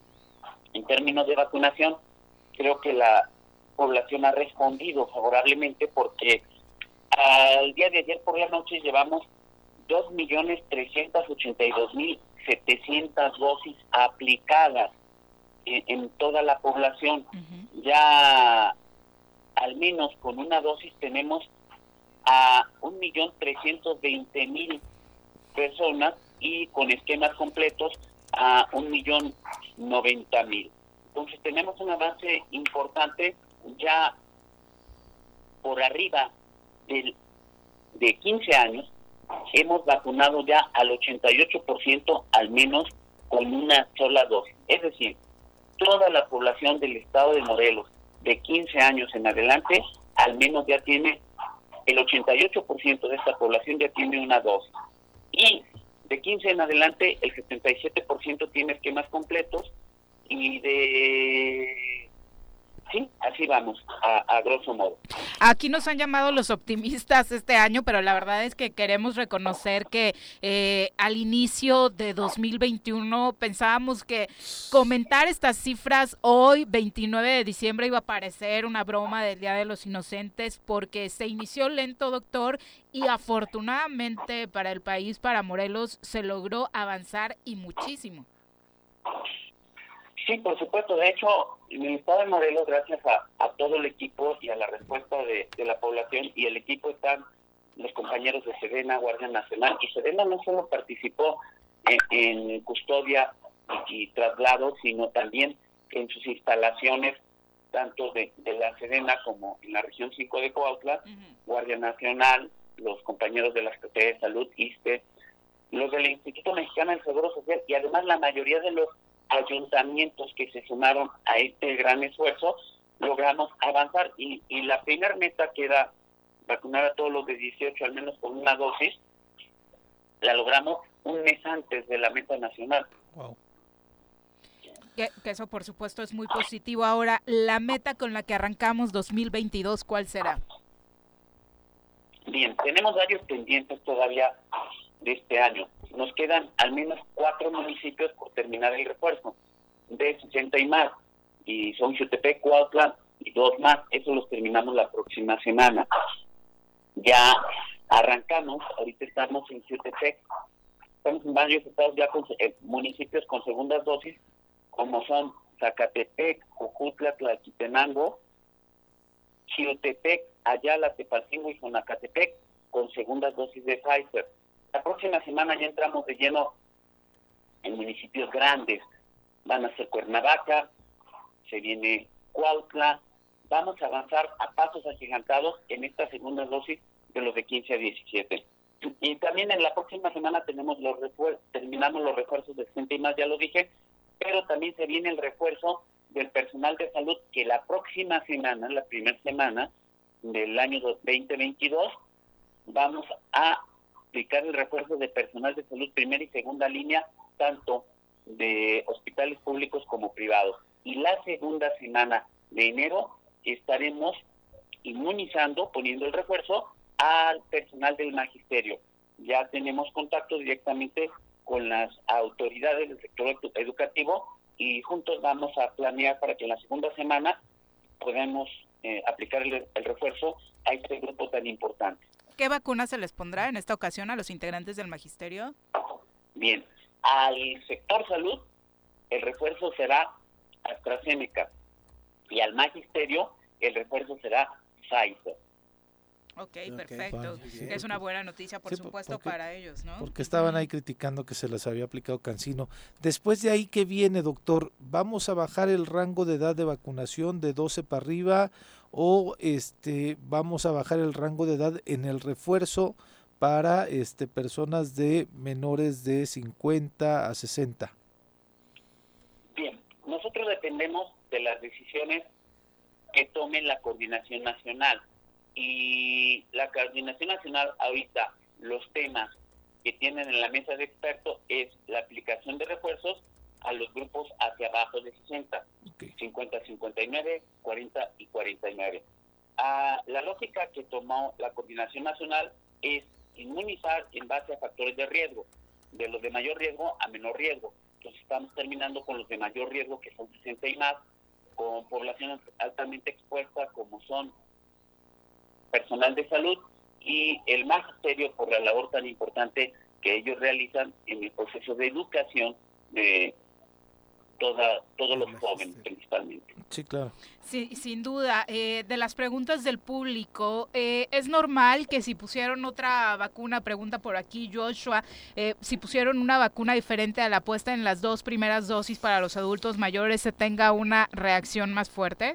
en términos de vacunación, creo que la población ha respondido favorablemente porque al día de ayer por la noche llevamos dos millones trescientos ochenta y dos mil setecientas dosis aplicadas en, en toda la población. Uh-huh. Ya al menos con una dosis tenemos a un millón trescientos veinte mil personas y con esquemas completos a un millón noventa mil. Entonces tenemos un avance importante ya por arriba del, de quince años. Hemos vacunado ya al ochenta y ocho por ciento al menos con una sola dosis. Es decir, toda la población del estado de Morelos de quince años en adelante al menos ya tiene, el ochenta y ocho por ciento de esta población ya tiene una dosis. Y de quince en adelante el setenta y siete por ciento tiene esquemas completos y de... Sí, así vamos, a, a grosso modo. Aquí nos han llamado los optimistas este año, pero la verdad es que queremos reconocer que eh, al inicio de dos mil veintiuno pensábamos que comentar estas cifras hoy, veintinueve de diciembre, iba a parecer una broma del Día de los Inocentes, porque se inició lento, doctor, y afortunadamente para el país, para Morelos, se logró avanzar y muchísimo. Sí, por supuesto. De hecho, en el estado de Morelos, gracias a, a todo el equipo y a la respuesta de, de la población, y el equipo están los compañeros de Sedena, Guardia Nacional, y Sedena no solo participó en, en custodia y, y traslado, sino también en sus instalaciones, tanto de, de la Sedena como en la región cinco de Cuautla, uh-huh. Guardia Nacional, los compañeros de la Secretaría de Salud, ISSSTE, los del Instituto Mexicano del Seguro Social, y además la mayoría de los ayuntamientos que se sumaron a este gran esfuerzo, logramos avanzar, y, y la primera meta, que era vacunar a todos los de dieciocho al menos con una dosis, la logramos un mes antes de la meta nacional. Wow. Que, que eso por supuesto es muy positivo. Ahora, la meta con la que arrancamos dos mil veintidós, ¿cuál será? Bien, tenemos varios pendientes todavía de este año. Nos quedan al menos cuatro municipios por terminar el refuerzo, de sesenta y más, y son Xutepec, Cuautla y dos más. Eso los terminamos la próxima semana. Ya arrancamos, ahorita estamos en Xutepec, estamos en varios estados ya con eh, municipios con segundas dosis, como son Zacatepec, Jojutla, Tlalquitenango, Xilotepec, Ayala, Tepalcingo y Zonacatepec, con segundas dosis de Pfizer. La próxima semana ya entramos de lleno en municipios grandes. Van a ser Cuernavaca, se viene Cuautla. Vamos a avanzar a pasos agigantados en esta segunda dosis de los de quince a diecisiete. Y también en la próxima semana tenemos los refuer- terminamos los refuerzos de sesenta y más, ya lo dije, pero también se viene el refuerzo del personal de salud, que la próxima semana, la primera semana del año veinte veintidós, vamos a aplicar el refuerzo de personal de salud primera y segunda línea, tanto de hospitales públicos como privados. Y la segunda semana de enero estaremos inmunizando, poniendo el refuerzo al personal del magisterio. Ya tenemos contacto directamente con las autoridades del sector educativo y juntos vamos a planear para que en la segunda semana podamos eh, aplicar el, el refuerzo a este grupo tan importante. ¿Qué vacuna se les pondrá en esta ocasión a los integrantes del magisterio? Bien, al sector salud el refuerzo será AstraZeneca y al magisterio el refuerzo será Pfizer. Ok, perfecto. Okay. Es una buena noticia, por sí, supuesto, porque, para ellos, ¿no? Porque estaban ahí criticando que se les había aplicado Cancino. Después de ahí, ¿qué viene, doctor? ¿Vamos a bajar el rango de edad de vacunación de doce para arriba o este vamos a bajar el rango de edad en el refuerzo para este personas de menores de cincuenta a sesenta? Bien, nosotros dependemos de las decisiones que tome la Coordinación Nacional. Y la Coordinación Nacional ahorita, los temas que tienen en la mesa de expertos es la aplicación de refuerzos a los grupos hacia abajo de sesenta, okay. cincuenta a cincuenta y nueve, cuarenta y cuarenta y nueve. Ah, la lógica que tomó la Coordinación Nacional es inmunizar en base a factores de riesgo, de los de mayor riesgo a menor riesgo. Entonces estamos terminando con los de mayor riesgo, que son sesenta y más, con población altamente expuesta, como son personal de salud y el magisterio, por la labor tan importante que ellos realizan en el proceso de educación de toda, todos los jóvenes principalmente. Sí, claro. Sí, sin duda. Eh, de las preguntas del público, eh, ¿es normal que si pusieron otra vacuna, pregunta por aquí Joshua, eh, si pusieron una vacuna diferente a la puesta en las dos primeras dosis para los adultos mayores, se tenga una reacción más fuerte?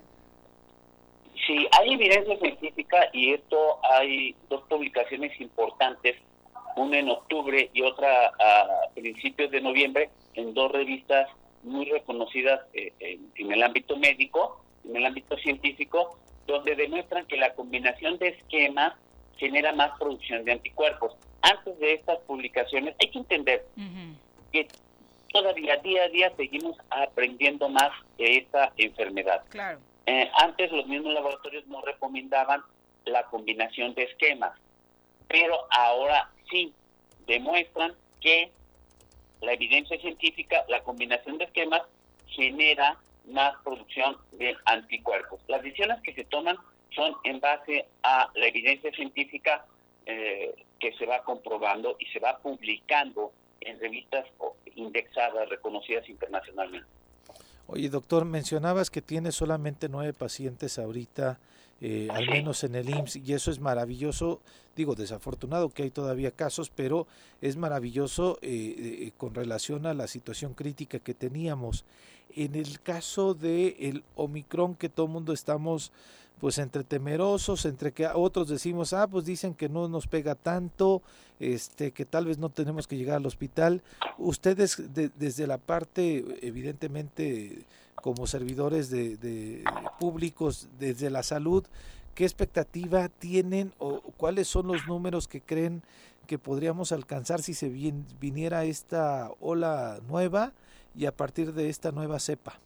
Sí, hay evidencia científica y esto hay dos publicaciones importantes, una en octubre y otra a principios de noviembre, en dos revistas muy reconocidas eh, en, en el ámbito médico, en el ámbito científico, donde demuestran que la combinación de esquemas genera más producción de anticuerpos. Antes de estas publicaciones hay que entender uh-huh. que todavía día a día seguimos aprendiendo más de esta enfermedad. Claro. Eh, antes los mismos laboratorios no recomendaban la combinación de esquemas, pero ahora sí demuestran que la evidencia científica, la combinación de esquemas genera más producción de anticuerpos. Las decisiones que se toman son en base a la evidencia científica eh, que se va comprobando y se va publicando en revistas indexadas, reconocidas internacionalmente. Oye, doctor, mencionabas que tiene solamente nueve pacientes ahorita, eh, al menos en el I M S S, y eso es maravilloso. Digo, desafortunado que hay todavía casos, pero es maravilloso eh, eh, con relación a la situación crítica que teníamos. En el caso de el Omicron, que todo el mundo estamos pues entre temerosos, entre que otros decimos, ah, pues dicen que no nos pega tanto, este, que tal vez no tenemos que llegar al hospital. Ustedes de, desde la parte, evidentemente, como servidores de, de públicos, desde la salud, ¿qué expectativa tienen o cuáles son los números que creen que podríamos alcanzar si se vin, viniera esta ola nueva y a partir de esta nueva cepa?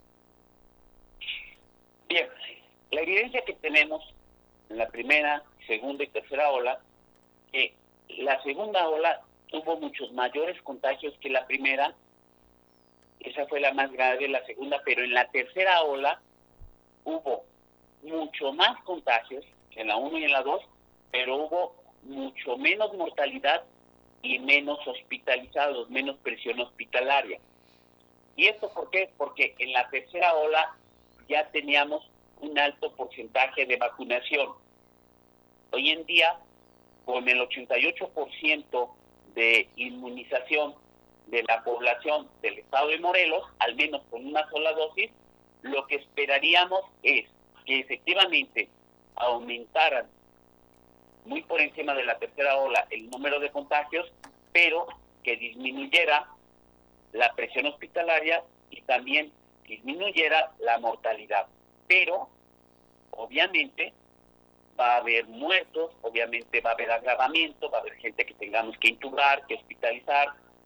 Bien, la evidencia que tenemos en la primera, segunda y tercera ola, que la segunda ola tuvo muchos mayores contagios que la primera, esa fue la más grave, la segunda, pero en la tercera ola hubo mucho más contagios que en la uno y en la dos, pero hubo mucho menos mortalidad y menos hospitalizados, menos presión hospitalaria. ¿Y esto por qué? Porque en la tercera ola ya teníamos un alto porcentaje de vacunación. Hoy en día, con el ochenta y ocho por ciento de inmunización de la población del estado de Morelos, al menos con una sola dosis, lo que esperaríamos es que efectivamente aumentaran muy por encima de la tercera ola el número de contagios, pero que disminuyera la presión hospitalaria y también disminuyera la mortalidad. Pero, obviamente, va a haber muertos, obviamente va a haber agravamiento, va a haber gente que tengamos que intubar, que hospitalizar,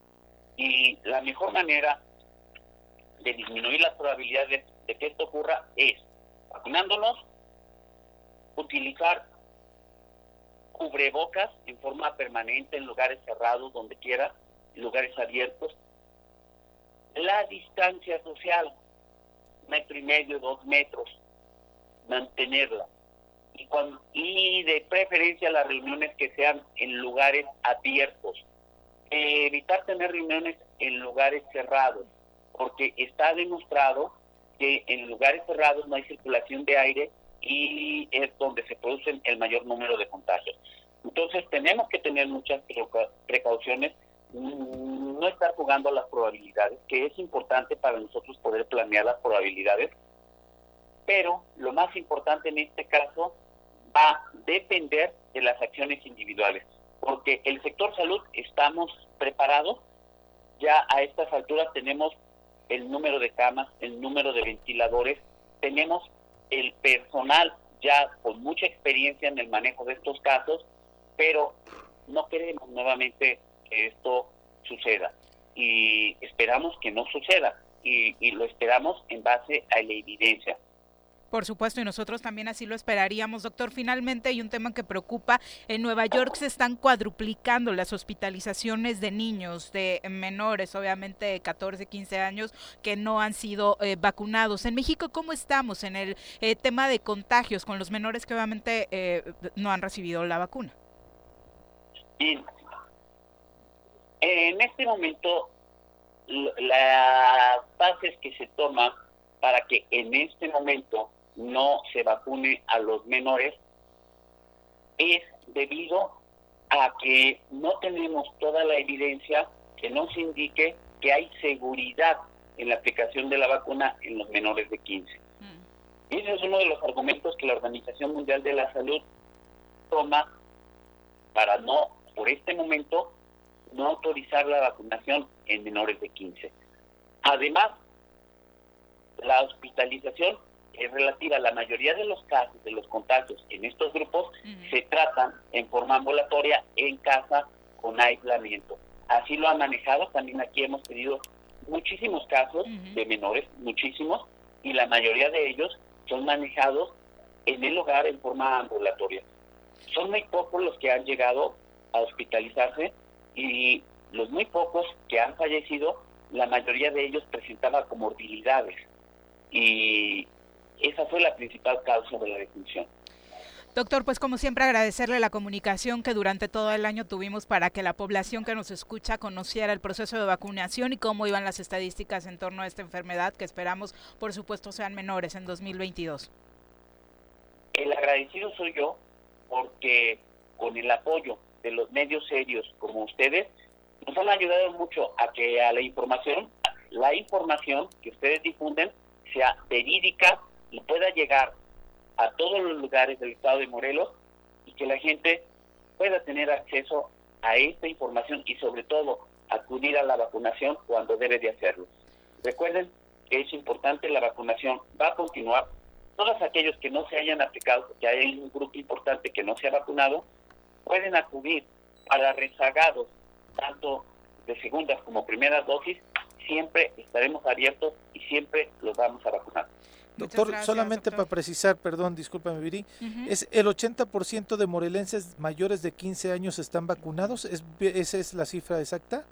y la mejor manera de disminuir las probabilidades de que esto ocurra es vacunándonos, utilizar cubrebocas en forma permanente en lugares cerrados, donde quiera, en lugares abiertos, la distancia social, metro y medio, dos metros, mantenerla. Y, cuando, y de preferencia las reuniones que sean en lugares abiertos. Eh, evitar tener reuniones en lugares cerrados, porque está demostrado que en lugares cerrados no hay circulación de aire y es donde se producen el mayor número de contagios. Entonces tenemos que tener muchas precauciones, no estar jugando a las probabilidades, que es importante para nosotros poder planear las probabilidades, pero lo más importante en este caso va a depender de las acciones individuales, porque el sector salud estamos preparados, ya a estas alturas tenemos el número de camas, el número de ventiladores, tenemos el personal ya con mucha experiencia en el manejo de estos casos, pero no queremos nuevamente que esto suceda y esperamos que no suceda y, y lo esperamos en base a la evidencia. Por supuesto, y nosotros también así lo esperaríamos, doctor. Finalmente hay un tema que preocupa. En Nueva York se están cuadruplicando las hospitalizaciones de niños, de menores, obviamente de catorce, quince años, que no han sido eh, vacunados. En México, ¿cómo estamos en el eh, tema de contagios con los menores que obviamente eh, no han recibido la vacuna? Bien. En este momento, las bases que se toman para que en este momento no se vacune a los menores es debido a que no tenemos toda la evidencia que nos indique que hay seguridad en la aplicación de la vacuna en los menores de quince. Mm. Ese es uno de los argumentos que la Organización Mundial de la Salud toma para no, por este momento, no autorizar la vacunación en menores de quince. Además, la hospitalización es relativa. La mayoría de los casos de los contagios en estos grupos uh-huh. se tratan en forma ambulatoria en casa con aislamiento. Así lo han manejado. También aquí hemos tenido muchísimos casos uh-huh. de menores, muchísimos, y la mayoría de ellos son manejados en el hogar en forma ambulatoria. Son muy pocos los que han llegado a hospitalizarse y los muy pocos que han fallecido, la mayoría de ellos presentaba comorbilidades y esa fue la principal causa de la defunción. Doctor, pues como siempre agradecerle la comunicación que durante todo el año tuvimos para que la población que nos escucha conociera el proceso de vacunación y cómo iban las estadísticas en torno a esta enfermedad, que esperamos, por supuesto, sean menores en dos mil veintidós. El agradecido soy yo porque con el apoyo de los medios serios como ustedes, nos han ayudado mucho a que a la información, la información que ustedes difunden sea verídica y pueda llegar a todos los lugares del estado de Morelos y que la gente pueda tener acceso a esta información y sobre todo acudir a la vacunación cuando debe de hacerlo. Recuerden que es importante, la vacunación va a continuar. Todos aquellos que no se hayan aplicado, porque hay un grupo importante que no se ha vacunado, pueden acudir para rezagados, tanto de segundas como primeras dosis. Siempre estaremos abiertos y siempre los vamos a vacunar. Doctor, gracias, solamente doctor. para precisar, perdón, discúlpame, Viri, Uh-huh. ¿es el ochenta por ciento de morelenses mayores de quince años están vacunados? ¿Es, ¿Esa es la cifra exacta?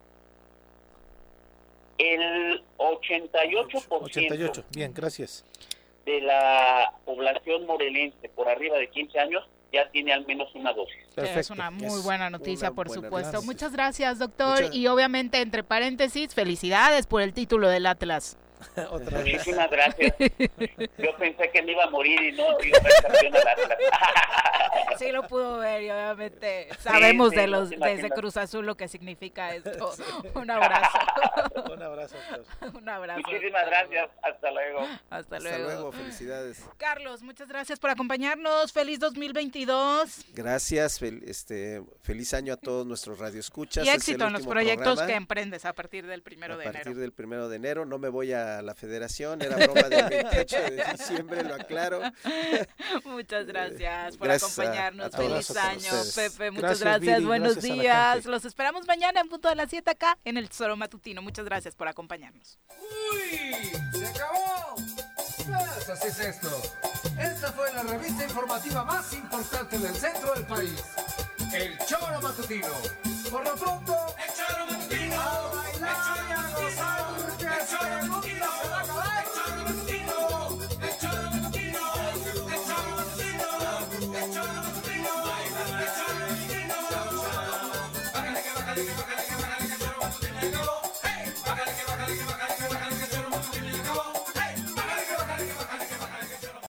El ochenta y ocho por ciento ochenta y ocho, bien, gracias. de la población morelense por arriba de quince años ya tiene al menos una dosis. Perfecto. Es una muy Es buena noticia, una por buena supuesto. noticia. Muchas gracias, doctor. Muchas- Y obviamente, entre paréntesis, felicidades por el título del Atlas. Otra vez. Muchísimas gracias. Yo pensé que me iba a morir y no iba a ser campeón al Atlas. Sí lo pudo ver y obviamente sabemos sí, de no los te de ese imaginas. Cruz Azul lo que significa esto. Un abrazo. Un abrazo, doctor. Un abrazo. Muchísimas gracias. Hasta luego. Hasta Hasta luego. luego, felicidades. Carlos, muchas gracias por acompañarnos. Feliz dos mil veintidós. Gracias, fel- este, feliz año a todos nuestros radioescuchas. Y Es éxito el en los último proyectos programa. que emprendes a partir del primero A de partir enero. del primero de enero, no me voy a la federación, era broma del veintiocho de diciembre, lo aclaro. Muchas gracias por Gracias a- acompañarnos. a todos, Feliz a año, ustedes. Pepe. Muchas Gracias, gracias. Viri, Buenos gracias a la días. gente. Los esperamos mañana en punto de las siete acá en el Tesoro Matutino. Muchas gracias por acompañarnos. ¡Uy! ¡Se acabó! Pues así es esto. Esta fue la revista informativa más importante del centro del país. El Choro Matutino. Por lo pronto, el Choro Matutino.